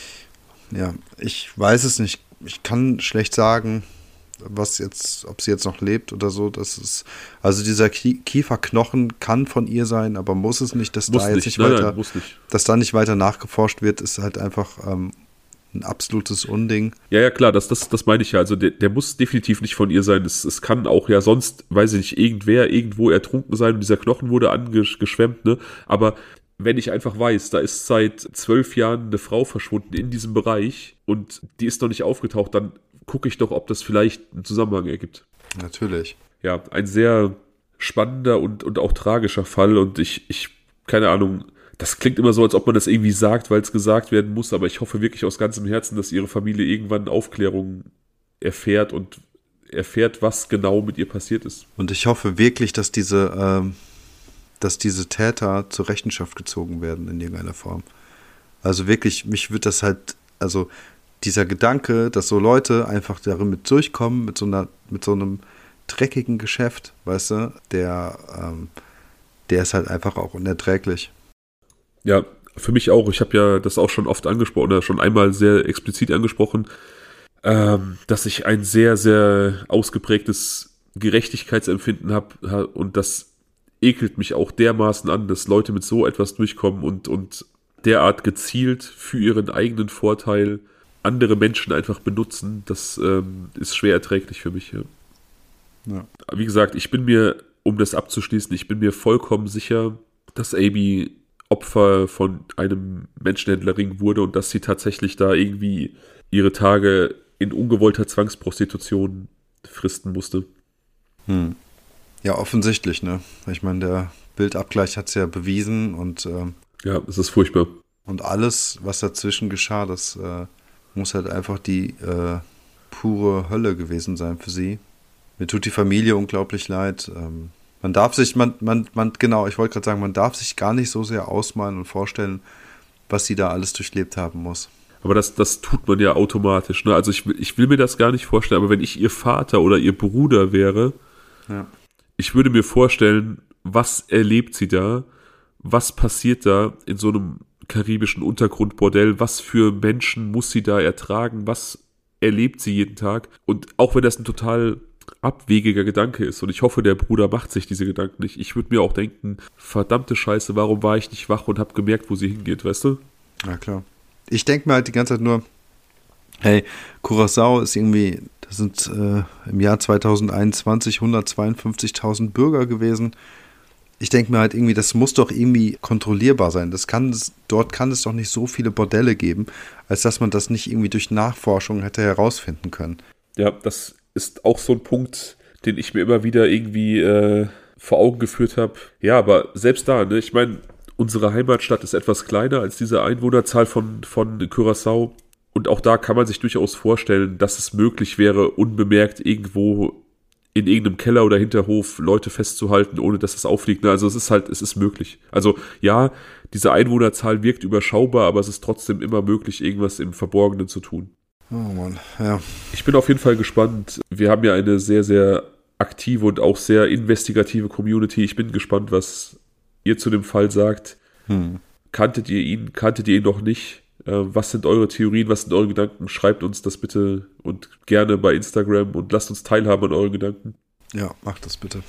ja, ich weiß es nicht. Ich kann schlecht sagen, was jetzt, ob sie jetzt noch lebt oder so. Das ist, also dieser Kieferknochen kann von ihr sein, aber muss es nicht, dass muss da jetzt nicht, nicht nein, weiter, nein, muss nicht. dass da nicht weiter nachgeforscht wird, ist halt einfach ähm, ein absolutes Unding. Ja, ja, klar, das, das, das meine ich ja. Also der, der muss definitiv nicht von ihr sein. Es, es kann auch ja sonst, weiß ich nicht, irgendwer irgendwo ertrunken sein und dieser Knochen wurde angeschwemmt, ne? Aber wenn ich einfach weiß, da ist seit zwölf Jahren eine Frau verschwunden in diesem Bereich und die ist noch nicht aufgetaucht, dann gucke ich doch, ob das vielleicht einen Zusammenhang ergibt. Natürlich. Ja, ein sehr spannender und, und auch tragischer Fall und ich, ich, keine Ahnung, das klingt immer so, als ob man das irgendwie sagt, weil es gesagt werden muss, aber ich hoffe wirklich aus ganzem Herzen, dass ihre Familie irgendwann Aufklärung erfährt und erfährt, was genau mit ihr passiert ist. Und ich hoffe wirklich, dass diese, ähm, dass diese Täter zur Rechenschaft gezogen werden in irgendeiner Form. Also wirklich, mich wird das halt, also dieser Gedanke, dass so Leute einfach darin mit durchkommen, mit so einer, mit so einem dreckigen Geschäft, weißt du, der, ähm, der ist halt einfach auch unerträglich. Ja, für mich auch. Ich habe ja das auch schon oft angesprochen, oder schon einmal sehr explizit angesprochen, ähm, dass ich ein sehr, sehr ausgeprägtes Gerechtigkeitsempfinden habe und das ekelt mich auch dermaßen an, dass Leute mit so etwas durchkommen und, und derart gezielt für ihren eigenen Vorteil andere Menschen einfach benutzen. Das ähm, ist schwer erträglich für mich. Ja. Ja. Wie gesagt, ich bin mir, um das abzuschließen, ich bin mir vollkommen sicher, dass Amy Opfer von einem Menschenhändlerring wurde und dass sie tatsächlich da irgendwie ihre Tage in ungewollter Zwangsprostitution fristen musste. Hm. Ja, offensichtlich, ne? Ich meine, der Bildabgleich hat es ja bewiesen und ähm, ja, es ist furchtbar. Und alles, was dazwischen geschah, das äh, muss halt einfach die äh, pure Hölle gewesen sein für sie. Mir tut die Familie unglaublich leid. Ähm, Man darf sich, man, man, man, genau, ich wollte gerade sagen, man darf sich gar nicht so sehr ausmalen und vorstellen, was sie da alles durchlebt haben muss. Aber das, das tut man ja automatisch, ne? Also ich, ich will mir das gar nicht vorstellen, aber wenn ich ihr Vater oder ihr Bruder wäre, ja. Ich würde mir vorstellen, was erlebt sie da, was passiert da in so einem karibischen Untergrundbordell, was für Menschen muss sie da ertragen, was erlebt sie jeden Tag und auch wenn das ein total abwegiger Gedanke ist und ich hoffe, der Bruder macht sich diese Gedanken nicht. Ich würde mir auch denken, verdammte Scheiße, warum war ich nicht wach und habe gemerkt, wo sie hingeht, weißt du? Ja, klar. Ich denke mir halt die ganze Zeit nur, hey, Curaçao ist irgendwie, das sind äh, im Jahr zwanzig einundzwanzig hundertzweiundfünfzigtausend Bürger gewesen. Ich denke mir halt irgendwie, das muss doch irgendwie kontrollierbar sein. Das kann, dort kann es doch nicht so viele Bordelle geben, als dass man das nicht irgendwie durch Nachforschung hätte herausfinden können. Ja, das ist auch so ein Punkt, den ich mir immer wieder irgendwie äh, vor Augen geführt habe. Ja, aber selbst da, ne, ich meine, unsere Heimatstadt ist etwas kleiner als diese Einwohnerzahl von, von Curaçao. Und auch da kann man sich durchaus vorstellen, dass es möglich wäre, unbemerkt irgendwo in irgendeinem Keller oder Hinterhof Leute festzuhalten, ohne dass es auffliegt. Also es ist halt, es ist möglich. Also ja, diese Einwohnerzahl wirkt überschaubar, aber es ist trotzdem immer möglich, irgendwas im Verborgenen zu tun. Oh Mann, ja. Ich bin auf jeden Fall gespannt. Wir haben ja eine sehr, sehr aktive und auch sehr investigative Community. Ich bin gespannt, was ihr zu dem Fall sagt. Hm. Kanntet ihr ihn? Kanntet ihr ihn noch nicht? Was sind eure Theorien, was sind eure Gedanken? Schreibt uns das bitte und gerne bei Instagram und lasst uns teilhaben an euren Gedanken. Ja, macht das bitte.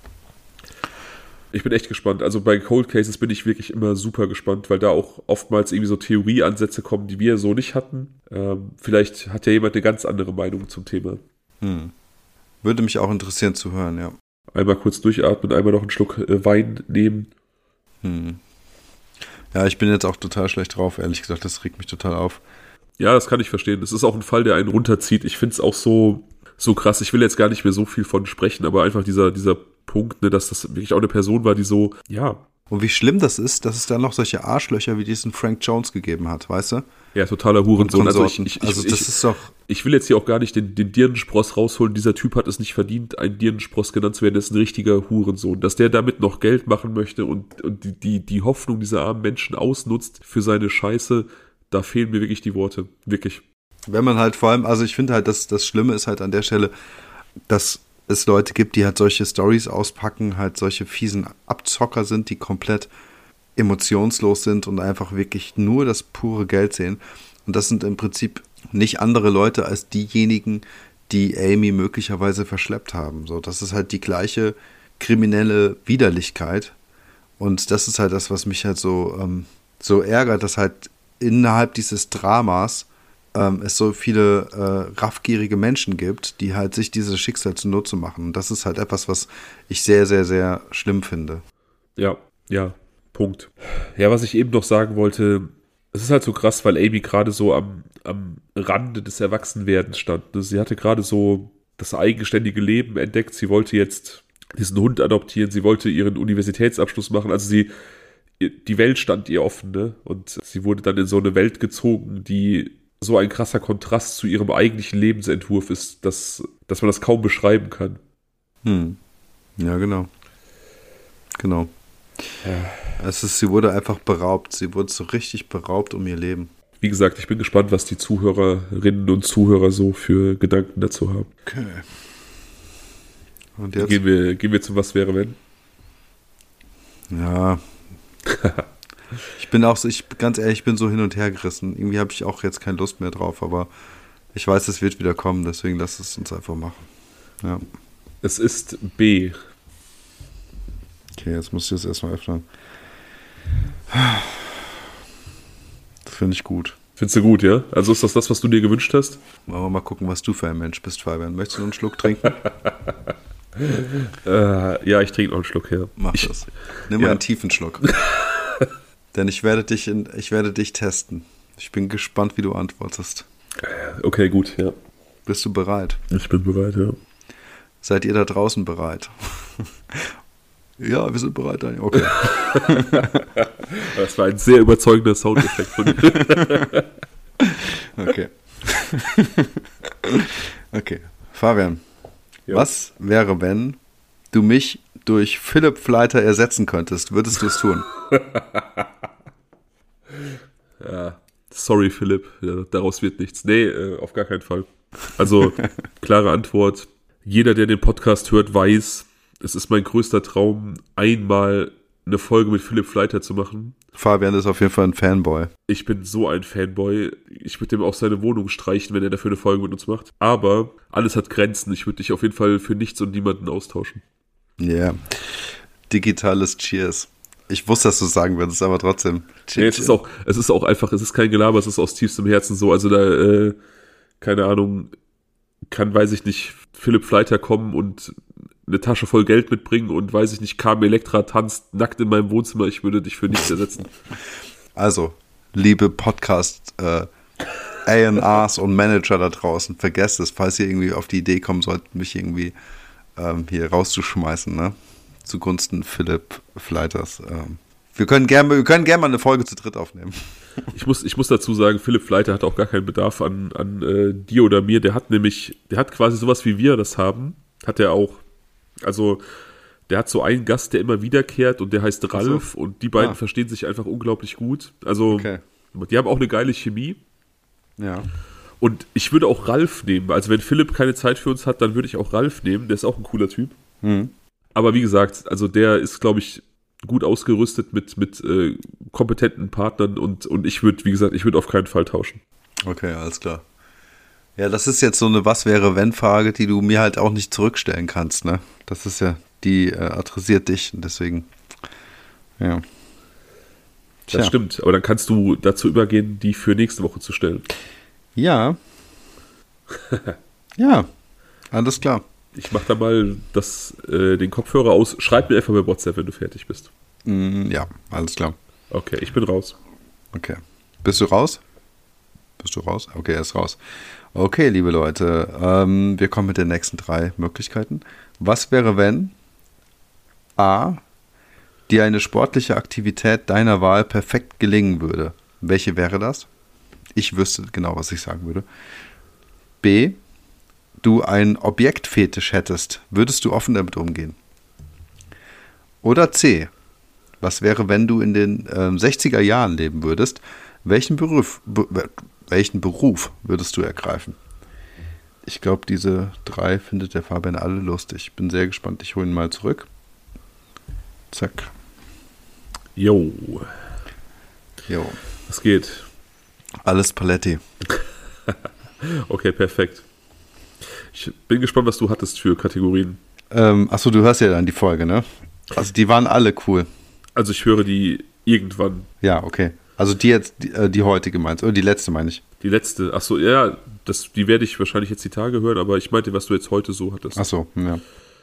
Ich bin echt gespannt. Also bei Cold Cases bin ich wirklich immer super gespannt, weil da auch oftmals irgendwie so Theorieansätze kommen, die wir so nicht hatten. Ähm, vielleicht hat ja jemand eine ganz andere Meinung zum Thema. Hm. Würde mich auch interessieren zu hören, ja. Einmal kurz durchatmen, einmal noch einen Schluck äh, Wein nehmen. Hm. Ja, ich bin jetzt auch total schlecht drauf, ehrlich gesagt, das regt mich total auf. Ja, das kann ich verstehen. Das ist auch ein Fall, der einen runterzieht. Ich finde es auch so, so krass. Ich will jetzt gar nicht mehr so viel von sprechen, aber einfach dieser, dieser Punkt, ne, dass das wirklich auch eine Person war, die so, ja. Und wie schlimm das ist, dass es da noch solche Arschlöcher wie diesen Frank Jones gegeben hat, weißt du? Ja, totaler Hurensohn. Also, ich, ich, also ich, das ich, ist doch... Ich will jetzt hier auch gar nicht den, den Dirnenspross rausholen. Dieser Typ hat es nicht verdient, ein Dirnenspross genannt zu werden. Das ist ein richtiger Hurensohn. Dass der damit noch Geld machen möchte und, und die, die, die Hoffnung dieser armen Menschen ausnutzt für seine Scheiße, da fehlen mir wirklich die Worte. Wirklich. Wenn man halt vor allem, also ich finde halt, dass das Schlimme ist halt an der Stelle, dass es Leute gibt, die halt solche Storys auspacken, halt solche fiesen Abzocker sind, die komplett emotionslos sind und einfach wirklich nur das pure Geld sehen. Und das sind im Prinzip nicht andere Leute als diejenigen, die Amy möglicherweise verschleppt haben. So, das ist halt die gleiche kriminelle Widerlichkeit. Und das ist halt das, was mich halt so, ähm, so ärgert, dass halt innerhalb dieses Dramas ähm, es so viele äh, raffgierige Menschen gibt, die halt sich dieses Schicksal zunutze machen. Und das ist halt etwas, was ich sehr, sehr, sehr schlimm finde. Ja, ja, Punkt. Ja, was ich eben noch sagen wollte, es ist halt so krass, weil Amy gerade so am, am Rande des Erwachsenwerdens stand. Sie hatte gerade so das eigenständige Leben entdeckt. Sie wollte jetzt diesen Hund adoptieren. Sie wollte ihren Universitätsabschluss machen. Also sie, die Welt stand ihr offen, ne? Und sie wurde dann in so eine Welt gezogen, die so ein krasser Kontrast zu ihrem eigentlichen Lebensentwurf ist, dass, dass man das kaum beschreiben kann. Hm. Ja, genau. Genau. Ja. Es ist, sie wurde einfach beraubt. Sie wurde so richtig beraubt um ihr Leben. Wie gesagt, ich bin gespannt, was die Zuhörerinnen und Zuhörer so für Gedanken dazu haben. Okay. Und jetzt? Gehen wir, gehen wir zum Was wäre wenn? Ja. Ich bin auch so, ich ganz ehrlich, ich bin so hin und her gerissen. Irgendwie habe ich auch jetzt keine Lust mehr drauf, aber ich weiß, es wird wieder kommen, deswegen lass es uns einfach machen. Ja. Es ist B. Okay, jetzt muss ich das erstmal öffnen. Das finde ich gut. Findest du gut, ja? Also ist das das, was du dir gewünscht hast? Wollen wir mal gucken, was du für ein Mensch bist, Fabian. Möchtest du noch einen Schluck trinken? äh, ja, ich trinke noch einen Schluck her. Mach ich, das. Nimm ja. mal einen tiefen Schluck. Denn ich werde dich in, ich werde dich testen. Ich bin gespannt, wie du antwortest. Okay, gut, ja. Bist du bereit? Ich bin bereit, ja. Seid ihr da draußen bereit? Ja, wir sind bereit, Daniel. Okay. Das war ein sehr überzeugender Soundeffekt von dir. Okay. Okay. Fabian, ja. Was wäre, wenn du mich durch Philipp Fleiter ersetzen könntest? Würdest du es tun? Ja, sorry, Philipp. Ja, daraus wird nichts. Nee, äh, auf gar keinen Fall. Also, klare Antwort. Jeder, der den Podcast hört, weiß, es ist mein größter Traum, einmal eine Folge mit Philipp Fleiter zu machen. Fabian ist auf jeden Fall ein Fanboy. Ich bin so ein Fanboy. Ich würde dem auch seine Wohnung streichen, wenn er dafür eine Folge mit uns macht. Aber alles hat Grenzen. Ich würde dich auf jeden Fall für nichts und niemanden austauschen. Ja. Yeah. Digitales Cheers. Ich wusste, dass du es sagen würdest, aber trotzdem. Nee, es ist auch, es ist auch einfach, es ist kein Gelaber, es ist aus tiefstem Herzen so. Also da, äh, keine Ahnung, kann, weiß ich nicht, Philipp Fleiter kommen und eine Tasche voll Geld mitbringen und, weiß ich nicht, Carmen Electra tanzt nackt in meinem Wohnzimmer. Ich würde dich für nichts ersetzen. Also, liebe Podcast äh, A und Rs und Manager da draußen, vergesst es, falls ihr irgendwie auf die Idee kommen solltet, mich irgendwie ähm, hier rauszuschmeißen, ne? Zugunsten Philipp Fleiters. Ähm. Wir können gerne wir können gern mal eine Folge zu dritt aufnehmen. Ich muss, ich muss dazu sagen, Philipp Fleiter hat auch gar keinen Bedarf an, an äh, dir oder mir. Der hat nämlich, der hat quasi sowas, wie wir das haben, hat er auch. Also, der hat so einen Gast, der immer wiederkehrt und der heißt Ralf so. Und die beiden ah. verstehen sich einfach unglaublich gut. Also, okay. Die haben auch eine geile Chemie. Ja. Und ich würde auch Ralf nehmen. Also, wenn Philipp keine Zeit für uns hat, dann würde ich auch Ralf nehmen. Der ist auch ein cooler Typ. Mhm. Aber wie gesagt, also der ist, glaube ich, gut ausgerüstet mit, mit äh, kompetenten Partnern und, und ich würde, wie gesagt, ich würde auf keinen Fall tauschen. Okay, alles klar. Ja, das ist jetzt so eine Was-wäre-wenn-Frage, die du mir halt auch nicht zurückstellen kannst, ne? Das ist ja, die äh, adressiert dich und deswegen, ja. Tja. Das stimmt, aber dann kannst du dazu übergehen, die für nächste Woche zu stellen. Ja. Ja, alles klar. Ich mach da mal das, äh, den Kopfhörer aus. Schreib mir einfach bei WhatsApp, wenn du fertig bist. Mm, ja, alles klar. Okay, ich bin raus. Okay. Bist du raus? Bist du raus? Okay, er ist raus. Okay, liebe Leute, ähm, wir kommen mit den nächsten drei Möglichkeiten. Was wäre, wenn A, dir eine sportliche Aktivität deiner Wahl perfekt gelingen würde? Welche wäre das? Ich wüsste genau, was ich sagen würde. B, du einen Objektfetisch hättest, würdest du offen damit umgehen? Oder C, was wäre, wenn du in den ähm, sechziger Jahren leben würdest? Welchen Beruf, be, welchen Beruf würdest du ergreifen? Ich glaube, diese drei findet der Fabian alle lustig. Bin sehr gespannt. Ich hole ihn mal zurück. Zack. Jo. Jo. Was geht? Alles Paletti. Okay, perfekt. Ich bin gespannt, was du hattest für Kategorien. Ähm, achso, du hörst ja dann die Folge, ne? Also die waren alle cool. Also ich höre die irgendwann. Ja, okay. Also die jetzt, die, äh, die heutige meinst, oder die letzte meine ich. Die letzte, achso, ja, das, die werde ich wahrscheinlich jetzt die Tage hören, aber ich meinte, was du jetzt heute so hattest. Achso, ja.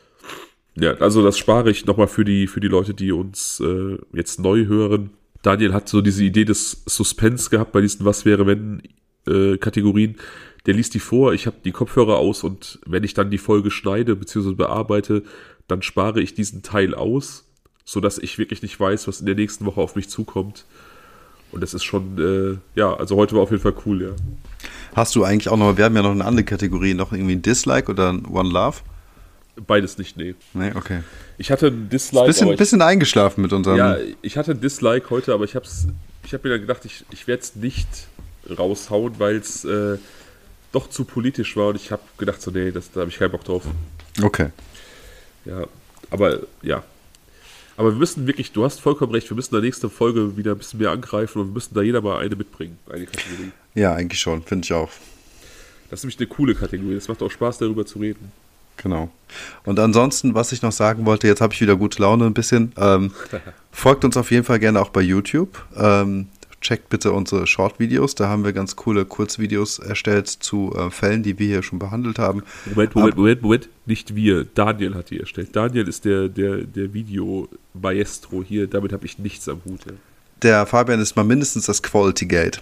Ja, also das spare ich nochmal für die, für die Leute, die uns äh, jetzt neu hören. Daniel hat so diese Idee des Suspense gehabt bei diesen Was wäre wenn äh, Kategorien. Der liest die vor, ich habe die Kopfhörer aus und wenn ich dann die Folge schneide bzw. bearbeite, dann spare ich diesen Teil aus, sodass ich wirklich nicht weiß, was in der nächsten Woche auf mich zukommt. Und das ist schon, äh, ja, also heute war auf jeden Fall cool, ja. Hast du eigentlich auch noch, wir haben ja noch eine andere Kategorie, noch irgendwie ein Dislike oder ein One Love? Beides nicht, nee. Nee, okay. Ich hatte ein Dislike. Bisschen, aber ich, bisschen eingeschlafen mit unserem... Ja, ich hatte ein Dislike heute, aber ich hab's, ich habe mir dann gedacht, ich, ich werde es nicht raushauen, weil es äh, doch zu politisch war und ich habe gedacht, so, nee, das, da habe ich keinen Bock drauf. Okay. Ja, aber, ja. Aber wir müssen wirklich, du hast vollkommen recht, wir müssen in der nächsten Folge wieder ein bisschen mehr angreifen und wir müssen da jeder mal eine mitbringen, eine Kategorie. Ja, eigentlich schon, finde ich auch. Das ist nämlich eine coole Kategorie, das macht auch Spaß, darüber zu reden. Genau. Und ansonsten, was ich noch sagen wollte, jetzt habe ich wieder gute Laune ein bisschen. Ähm, folgt uns auf jeden Fall gerne auch bei YouTube. Ähm, checkt bitte unsere Short-Videos. Da haben wir ganz coole Kurzvideos erstellt zu äh, Fällen, die wir hier schon behandelt haben. Moment, Moment, Moment, Moment. Nicht wir. Daniel hat die erstellt. Daniel ist der, der, der Video-Maestro hier. Damit habe ich nichts am Hut. Ja. Der Fabian ist mal mindestens das Quality Gate.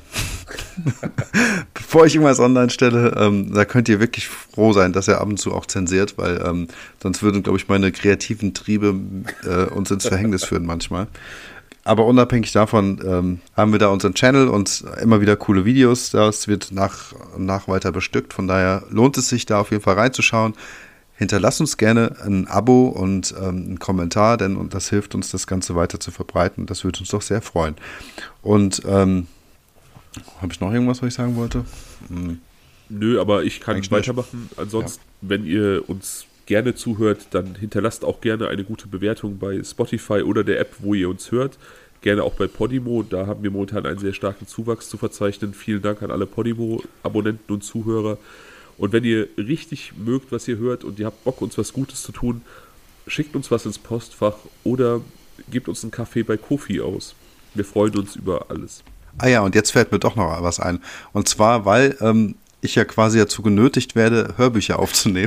Bevor ich irgendwas online stelle, ähm, da könnt ihr wirklich froh sein, dass er ab und zu auch zensiert, weil ähm, sonst würden, glaube ich, meine kreativen Triebe äh, uns ins Verhängnis führen manchmal. Aber unabhängig davon ähm, haben wir da unseren Channel und immer wieder coole Videos. Das wird nach und nach weiter bestückt. Von daher lohnt es sich, da auf jeden Fall reinzuschauen. Hinterlasst uns gerne ein Abo und ähm, einen Kommentar, denn und das hilft uns, das Ganze weiter zu verbreiten. Das würde uns doch sehr freuen. Und ähm, habe ich noch irgendwas, was ich sagen wollte? Hm. Nö, aber ich kann Eigentlich weitermachen. Ansonsten, ja. Wenn ihr uns gerne zuhört, dann hinterlasst auch gerne eine gute Bewertung bei Spotify oder der App, wo ihr uns hört. Gerne auch bei Podimo. Da haben wir momentan einen sehr starken Zuwachs zu verzeichnen. Vielen Dank an alle Podimo-Abonnenten und Zuhörer. Und wenn ihr richtig mögt, was ihr hört und ihr habt Bock, uns was Gutes zu tun, schickt uns was ins Postfach oder gebt uns einen Kaffee bei Ko-fi aus. Wir freuen uns über alles. Ah ja, und jetzt fällt mir doch noch was ein. Und zwar, weil ähm, ich ja quasi dazu genötigt werde, Hörbücher aufzunehmen.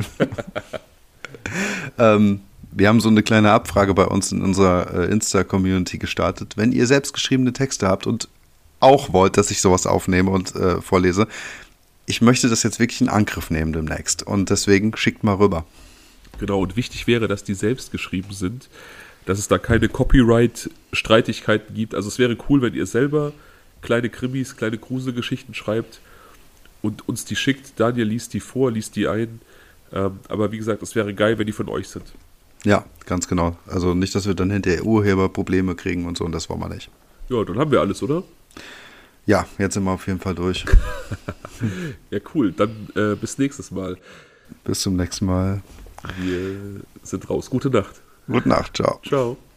ähm, wir haben so eine kleine Abfrage bei uns in unserer äh, Insta-Community gestartet. Wenn ihr selbstgeschriebene Texte habt und auch wollt, dass ich sowas aufnehme und äh, vorlese, ich möchte das jetzt wirklich in Angriff nehmen demnächst. Und deswegen schickt mal rüber. Genau, und wichtig wäre, dass die selbst geschrieben sind, dass es da keine Copyright-Streitigkeiten gibt. Also es wäre cool, wenn ihr selber kleine Krimis, kleine Gruselgeschichten schreibt und uns die schickt. Daniel liest die vor, liest die ein. Ähm, aber wie gesagt, es wäre geil, wenn die von euch sind. Ja, ganz genau. Also nicht, dass wir dann hinterher Urheberprobleme kriegen und so, und das wollen wir nicht. Ja, dann haben wir alles, oder? Ja, jetzt sind wir auf jeden Fall durch. Ja, cool. Dann äh, bis nächstes Mal. Bis zum nächsten Mal. Wir sind raus. Gute Nacht. Gute Nacht. Ciao. Ciao.